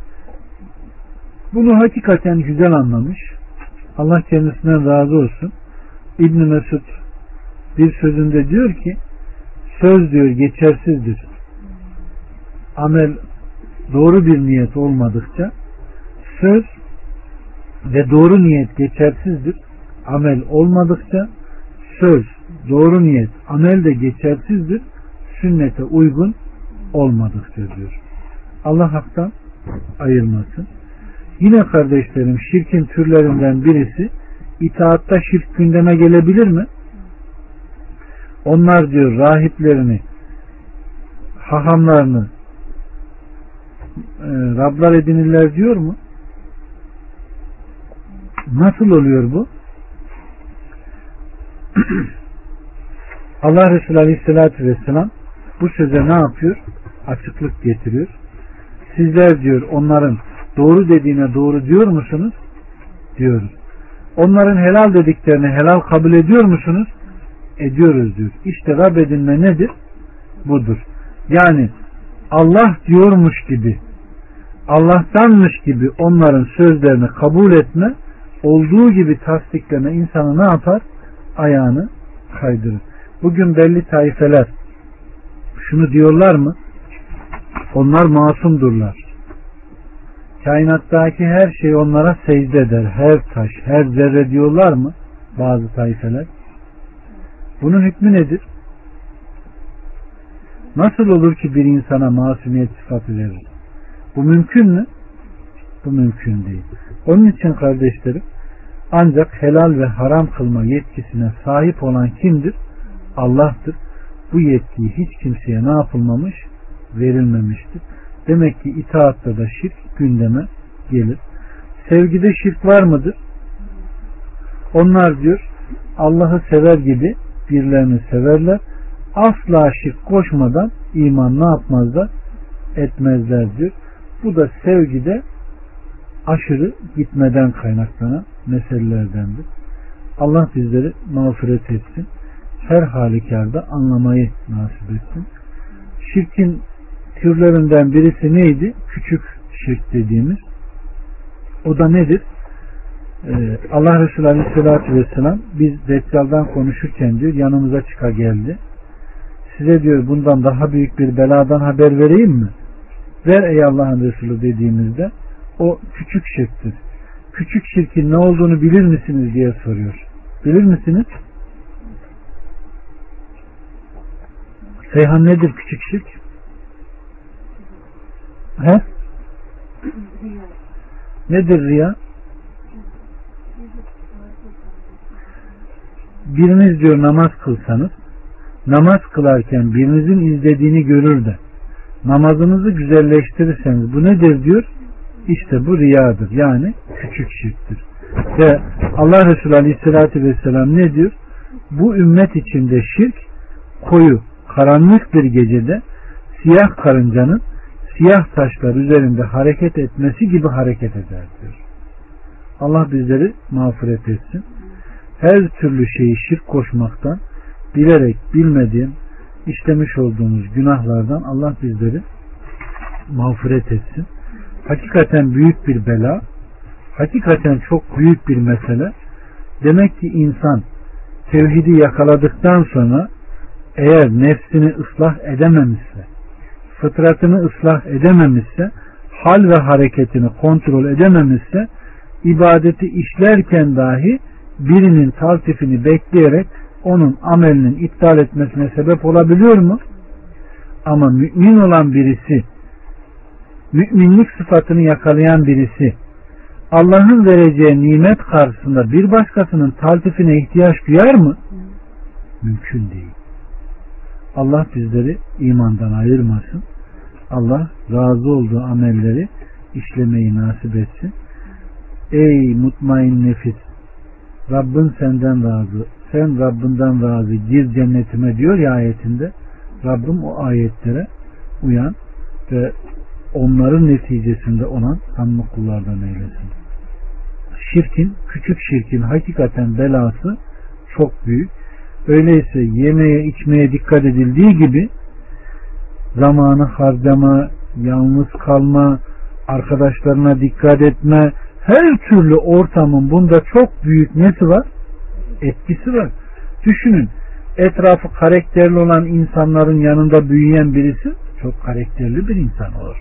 Bunu hakikaten güzel anlamış. Allah kendisinden razı olsun. İbn Mesud bir sözünde diyor ki, söz diyor geçersizdir. Amel doğru bir niyet olmadıkça söz ve doğru niyet geçersizdir. Amel olmadıkça söz, doğru niyet, amel de geçersizdir. Sünnete uygun olmadıkça diyor. Allah haktan ayırmasın. Yine kardeşlerim, şirkin türlerinden birisi itaatta şirk gündeme gelebilir mi? Onlar diyor rahiplerini, hahamlarını Rablar edinirler diyor mu? Nasıl oluyor bu? Allah Resulü Aleyhisselatü Vesselam bu söze ne yapıyor? Açıklık getiriyor. Sizler diyor onların doğru dediğine doğru diyor musunuz? Diyoruz. Onların helal dediklerini helal kabul ediyor musunuz? Ediyoruz diyor. İşte Rab edinme nedir? Budur. Yani Allah diyormuş gibi, Allah'tanmış gibi onların sözlerini kabul etme, olduğu gibi tasdikleme insanı ne yapar? Ayağını kaydırır. Bugün belli taifeler şunu diyorlar mı? Onlar masumdurlar. Kainattaki her şey onlara secde eder. Her taş, her zerre diyorlar mı? Bazı taifeler. Bunun hükmü nedir? Nasıl olur ki bir insana masumiyet sıfatı verir? Bu mümkün mü? Bu mümkün değil. Onun için kardeşlerim, ancak helal ve haram kılma yetkisine sahip olan kimdir? Allah'tır. Bu yetkiyi hiç kimseye ne yapılmamış? Verilmemiştir. Demek ki itaatta da şirk gündeme gelir. Sevgide şirk var mıdır? Onlar diyor Allah'ı sever gibi birilerini severler. Asla şirk koşmadan iman ne yapmazlar? Etmezler diyor. Bu da sevgide aşırı gitmeden kaynaklanan meselelerdendir. Allah bizleri mağfiret etsin. Her halükarda anlamayı nasip etsin. Şirkin türlerinden birisi neydi? Küçük şirk dediğimiz. O da nedir? Allah Resulü Aleyhisselatü Vesselam biz Deccal'dan konuşurken diyor yanımıza çıka geldi. Size diyor bundan daha büyük bir beladan haber vereyim mi? Ver ey Allah'ın Resulü dediğimizde o küçük şirktir. Küçük şirkin ne olduğunu bilir misiniz diye soruyor. Bilir misiniz? Seyhan nedir küçük şirk? He? Nedir riya? Biriniz diyor namaz kılsanız, namaz kılarken birinizin izlediğini görür de namazınızı güzelleştirirseniz bu nedir diyor? İşte bu riyadır. Yani küçük şirktir. Ve Allah Resulü Aleyhisselatü Vesselam ne diyor? Bu ümmet içinde şirk koyu, karanlık bir gecede siyah karıncanın siyah taşlar üzerinde hareket etmesi gibi hareket eder diyor. Allah bizleri mağfiret etsin. Her türlü şeyi şirk koşmaktan, bilerek bilmediğim işlemiş olduğumuz günahlardan Allah bizleri mağfiret etsin. Hakikaten büyük bir bela, hakikaten çok büyük bir mesele. Demek ki insan tevhidi yakaladıktan sonra eğer nefsini ıslah edememişse, fıtratını ıslah edememişse, hal ve hareketini kontrol edememişse, ibadeti işlerken dahi birinin taltifini bekleyerek onun amelinin iptal etmesine sebep olabiliyor mu? Ama mümin olan birisi, müminlik sıfatını yakalayan birisi, Allah'ın vereceği nimet karşısında bir başkasının taltifine ihtiyaç duyar mı? Mümkün değil. Allah bizleri imandan ayırmasın. Allah razı olduğu amelleri işlemeyi nasip etsin. Ey mutmain nefis, Rabbin senden razı, sen Rabbinden razı, gir cennetime diyor ya ayetinde. Rabbim o ayetlere uyan ve onların neticesinde olan samimi kullardan eylesin. Küçük şirkin hakikaten belası çok büyük. Öyleyse yemeye içmeye dikkat edildiği gibi zamanı harcama, yalnız kalma, arkadaşlarına dikkat etme, her türlü ortamın bunda çok büyük nesi var? Etkisi var. Düşünün, etrafı karakterli olan insanların yanında büyüyen birisi çok karakterli bir insan olur.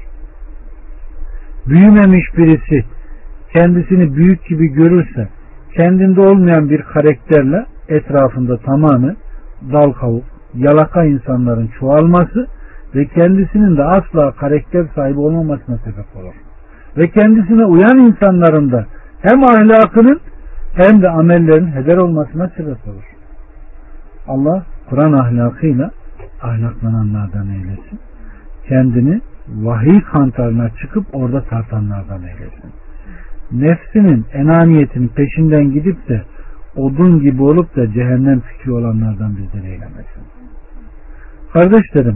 Büyümemiş birisi kendisini büyük gibi görürse, kendinde olmayan bir karakterle etrafında tamamen dal kavuk, yalaka insanların çoğalması ve kendisinin de asla karakter sahibi olmamasına sebep olur. Ve kendisine uyan insanların da hem ahlakının hem de amellerin heder olmasına sebep olur. Allah Kur'an ahlakıyla ahlaklananlardan eylesin. Kendini vahiy kantarına çıkıp orada tartanlardan eylesin. Nefsinin, enaniyetinin peşinden gidip de odun gibi olup da cehennem fikri olanlardan bizleri eylemesin. Kardeşlerim,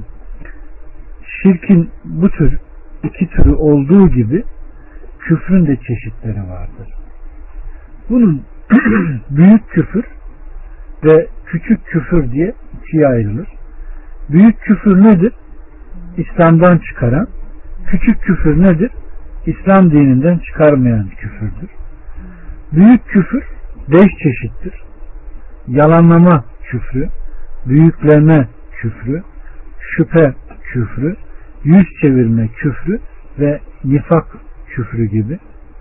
şirkin bu tür iki türü olduğu gibi küfrün de çeşitleri vardır. Bunun büyük küfür ve küçük küfür diye ikiye ayrılır. Büyük küfür nedir? İslam'dan çıkaran. Küçük küfür nedir? İslam dininden çıkarmayan küfürdür. Büyük küfür 5 çeşittir. Yalanlama küfrü, büyükleme küfrü, şüphe küfrü, yüz çevirme küfrü ve nifak küfrü gibi.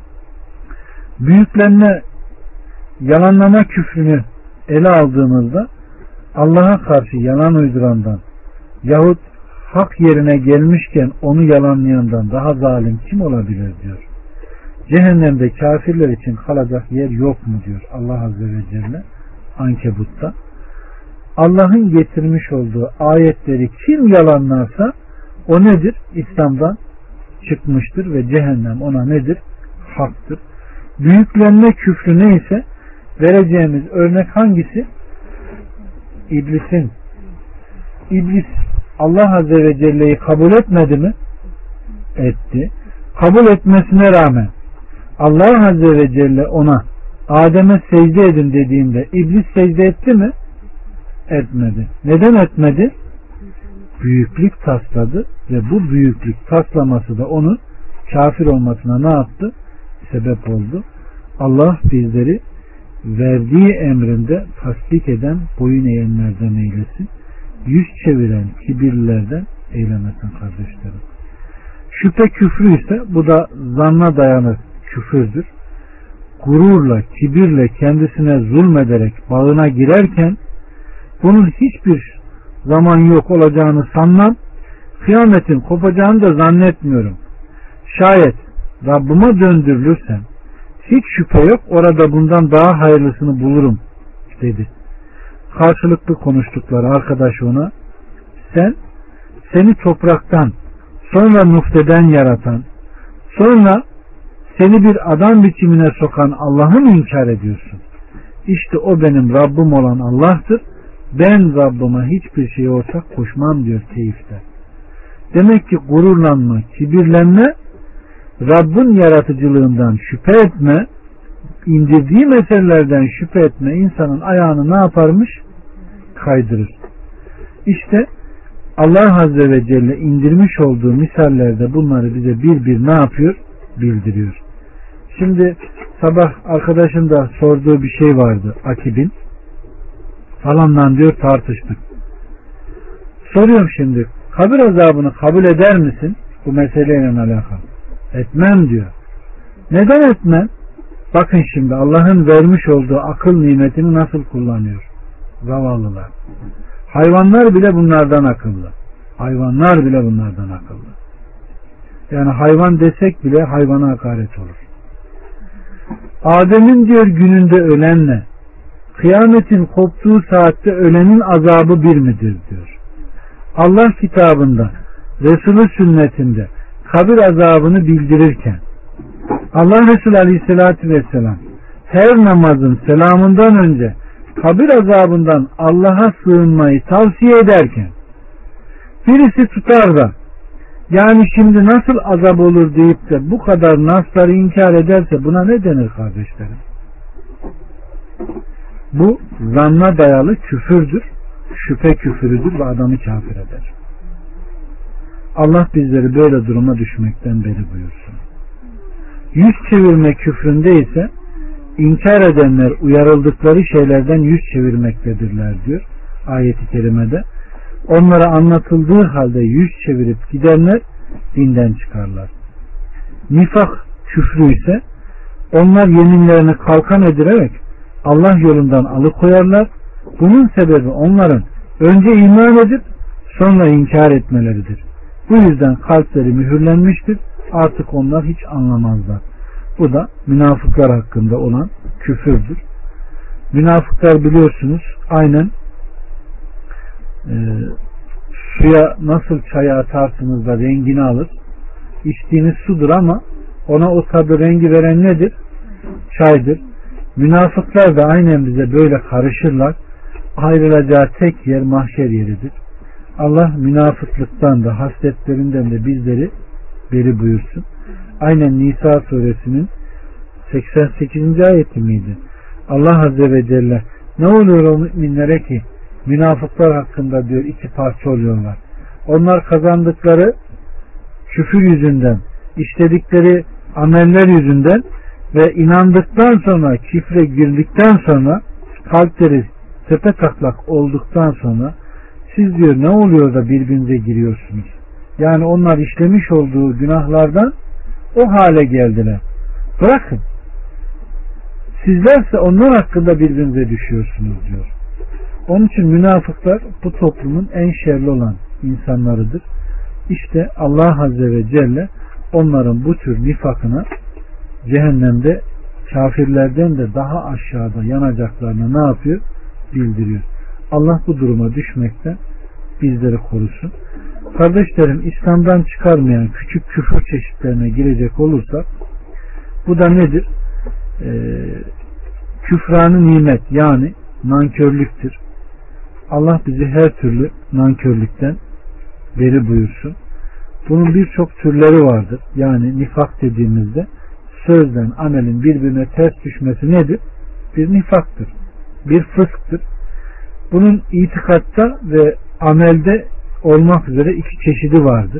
Büyüklenme, yalanlama küfrünü ele aldığımızda Allah'a karşı yalan uydurandan yahut hak yerine gelmişken onu yalanlayandan daha zalim kim olabilir diyor. Cehennemde kafirler için kalacak yer yok mu diyor Allah Azze ve Celle Ankebut'ta. Allah'ın getirmiş olduğu ayetleri kim yalanlarsa o nedir? İslam'dan çıkmıştır ve cehennem ona nedir? Haktır. Büyüklenme küfrü neyse vereceğimiz örnek hangisi? İblisin. İblis Allah Azze ve Celle'yi kabul etmedi mi? Etti. Kabul etmesine rağmen Allah Azze ve Celle ona Adem'e secde edin dediğinde İblis secde etti mi? Etmedi. Neden etmedi? Büyüklük tasladı ve bu büyüklük taslaması da onun kafir olmasına ne yaptı? Sebep oldu. Allah bizleri verdiği emrinde tasdik eden, boyun eğenlerden eylesin. Yüz çeviren kibirlilerden eylemesin kardeşlerim. Şüphe küfrü ise bu da zanna dayanır küfürdür. Gururla, kibirle kendisine zulmederek bağına girerken bunun hiçbir zaman yok olacağını sanmam, kıyametin kopacağını da zannetmiyorum. Şayet Rabbime döndürülürsem hiç şüphe yok orada bundan daha hayırlısını bulurum dedi. Karşılıklı konuştukları arkadaş ona seni topraktan sonra nutfeden yaratan sonra seni bir adam biçimine sokan Allah'ı mı inkar ediyorsun? İşte o benim Rabbim olan Allah'tır. Ben Rabbime hiçbir şeye ortak koşmam diyor Keyif'te. Demek ki gururlanma, kibirlenme, Rabbin yaratıcılığından şüphe etme, indirdiği meselelerden şüphe etme insanın ayağını ne yaparmış? Kaydırır. İşte Allah Azze ve Celle indirmiş olduğu misallerde bunları bize bir bir ne yapıyor? Bildiriyor. Şimdi sabah arkadaşın da sorduğu bir şey vardı Akib'in. Falanla diyor tartıştık. Soruyorum şimdi kabir azabını kabul eder misin? Bu meseleyle alakalı. Etmem diyor. Neden etmem? Bakın şimdi Allah'ın vermiş olduğu akıl nimetini nasıl kullanıyor? Zavallılar. Hayvanlar bile bunlardan akıllı. Hayvanlar bile bunlardan akıllı. Yani hayvan desek bile hayvana hakaret olur. Adem'in diyor gününde ölenle kıyametin koptuğu saatte ölenin azabı bir midir diyor. Allah kitabında, Resulü sünnetinde kabir azabını bildirirken Allah Resulü Aleyhisselatü Vesselam her namazın selamından önce kabir azabından Allah'a sığınmayı tavsiye ederken birisi tutar da yani şimdi nasıl azap olur deyip de bu kadar nasları inkar ederse buna ne denir kardeşlerim? Bu zanna dayalı küfürdür, şüphe küfürüdür ve adamı kafir eder. Allah bizleri böyle duruma düşmekten beri buyursun. Yüz çevirme küfründe ise inkar edenler uyarıldıkları şeylerden yüz çevirmektedirler diyor ayet-i kerimede. Onlara anlatıldığı halde yüz çevirip gidenler dinden çıkarlar. Nifak küfrü ise onlar yeminlerini kalkan edilerek Allah yolundan alıkoyarlar. Bunun sebebi onların önce iman edip sonra inkar etmeleridir. Bu yüzden kalpleri mühürlenmiştir. Artık onlar hiç anlamazlar. Bu da münafıklar hakkında olan küfürdür. Münafıklar biliyorsunuz aynen suya nasıl çayı atarsınız da rengini alır. İçtiğiniz sudur ama ona o tadı rengi veren nedir? Çaydır. Münafıklar da aynen bize böyle karışırlar. Ayrılacağı tek yer mahşer yeridir. Allah münafıklıktan da hasletlerinden de bizleri beri buyursun. Aynen Nisa suresinin 88. ayeti miydi? Allah Azze ve Celle ne oluyor o müminlere ki münafıklar hakkında diyor iki parça oluyorlar. Onlar kazandıkları küfür yüzünden, işledikleri ameller yüzünden ve inandıktan sonra, küfre girdikten sonra, kalpleri tepetaklak olduktan sonra siz diyor ne oluyor da birbirinize giriyorsunuz? Yani onlar işlemiş olduğu günahlardan o hale geldiler. Bırakın. Sizlerse onlar hakkında birbirinize düşüyorsunuz diyor. Onun için münafıklar bu toplumun en şerli olan insanlarıdır. İşte Allah Azze ve Celle onların bu tür nifakına cehennemde kafirlerden de daha aşağıda yanacaklarını ne yapıyor? Bildiriyor. Allah bu duruma düşmekten bizleri korusun. Kardeşlerim, İslam'dan çıkarmayan küçük küfür çeşitlerine girecek olursak bu da nedir? Küfranı nimet yani nankörlüktür. Allah bizi her türlü nankörlükten beri buyursun. Bunun birçok türleri vardır. Yani nifak dediğimizde sözden amelin birbirine ters düşmesi nedir? Bir nifaktır. Bir fısktır. Bunun itikatta ve amelde olmak üzere iki çeşidi vardır.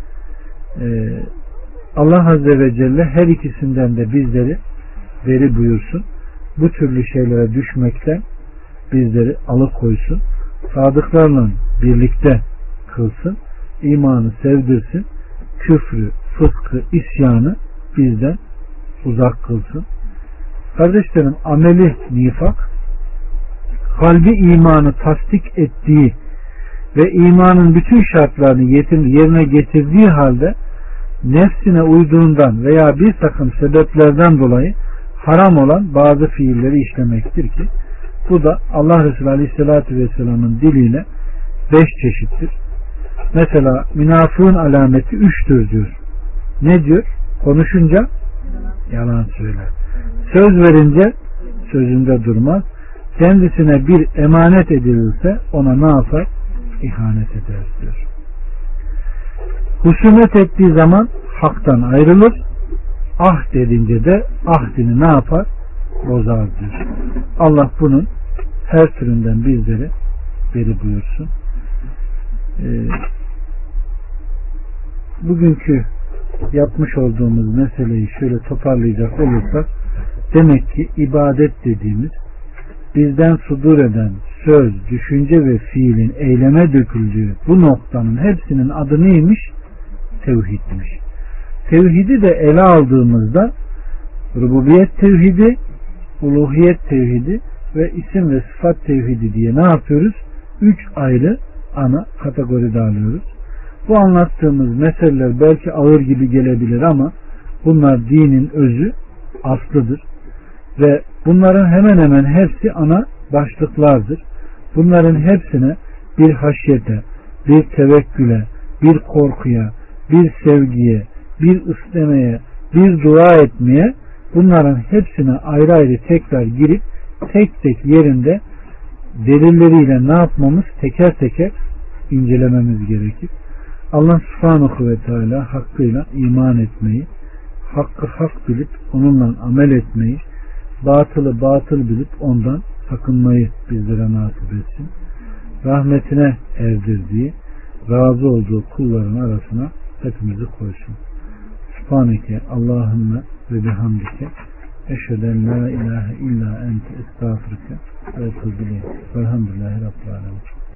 Allah Azze ve Celle her ikisinden de bizleri beri buyursun. Bu türlü şeylere düşmekten bizleri alıkoysun. Sadıklarla birlikte kılsın. İmanı sevdirsin. Küfrü, fıskı, isyanı bizden uzak kılsın. Kardeşlerim, ameli nifak, kalbi imanı tasdik ettiği ve imanın bütün şartlarını yerine getirdiği halde nefsine uyduğundan veya bir takım sebeplerden dolayı haram olan bazı fiilleri işlemektir ki bu da Allah Resulü Aleyhisselatü Vesselam'ın diliyle 5 çeşittir. Mesela münafığın alameti 3'tür diyor. Ne diyor? Konuşunca yalan söyler. Söz verince sözünde durmaz. Kendisine bir emanet edilirse ona ne yapar? İhanet eder diyor. Husumet ettiği zaman haktan ayrılır. Ah dedince de ahdini ne yapar? Bozar diyor. Allah bunun her türünden bizleri beri buyursun. Bugünkü yapmış olduğumuz meseleyi şöyle toparlayacak olursak demek ki ibadet dediğimiz bizden sudur eden söz, düşünce ve fiilin eyleme döküldüğü bu noktanın hepsinin adı neymiş? Tevhidmiş. Tevhidi de ele aldığımızda rububiyet tevhidi, uluhiyet tevhidi ve isim ve sıfat tevhidi diye ne yapıyoruz? 3 ayrı ana kategoride alıyoruz. Bu anlattığımız meseleler belki ağır gibi gelebilir ama bunlar dinin özü, aslıdır. Ve bunların hemen hemen hepsi ana başlıklardır. Bunların hepsine bir haşyete, bir tevekküle, bir korkuya, bir sevgiye, bir istemeye, bir dua etmeye, bunların hepsine ayrı ayrı tekrar girip tek tek yerinde delilleriyle ne yapmamız, teker teker incelememiz gerekir. Allah subhanahu ve teala hakkıyla iman etmeyi, hakkı hak bilip onunla amel etmeyi, batılı batıl bilip ondan sakınmayı bizlere nasip etsin. Rahmetine erdirdiği, razı olduğu kulların arasına hepimizi koysun. Subhaneke Allahümme ve bihamdike eşheden la ilahe illa ente estağfurke ve etûbü ileyk. Velhamdülillahi Rabbil alemin.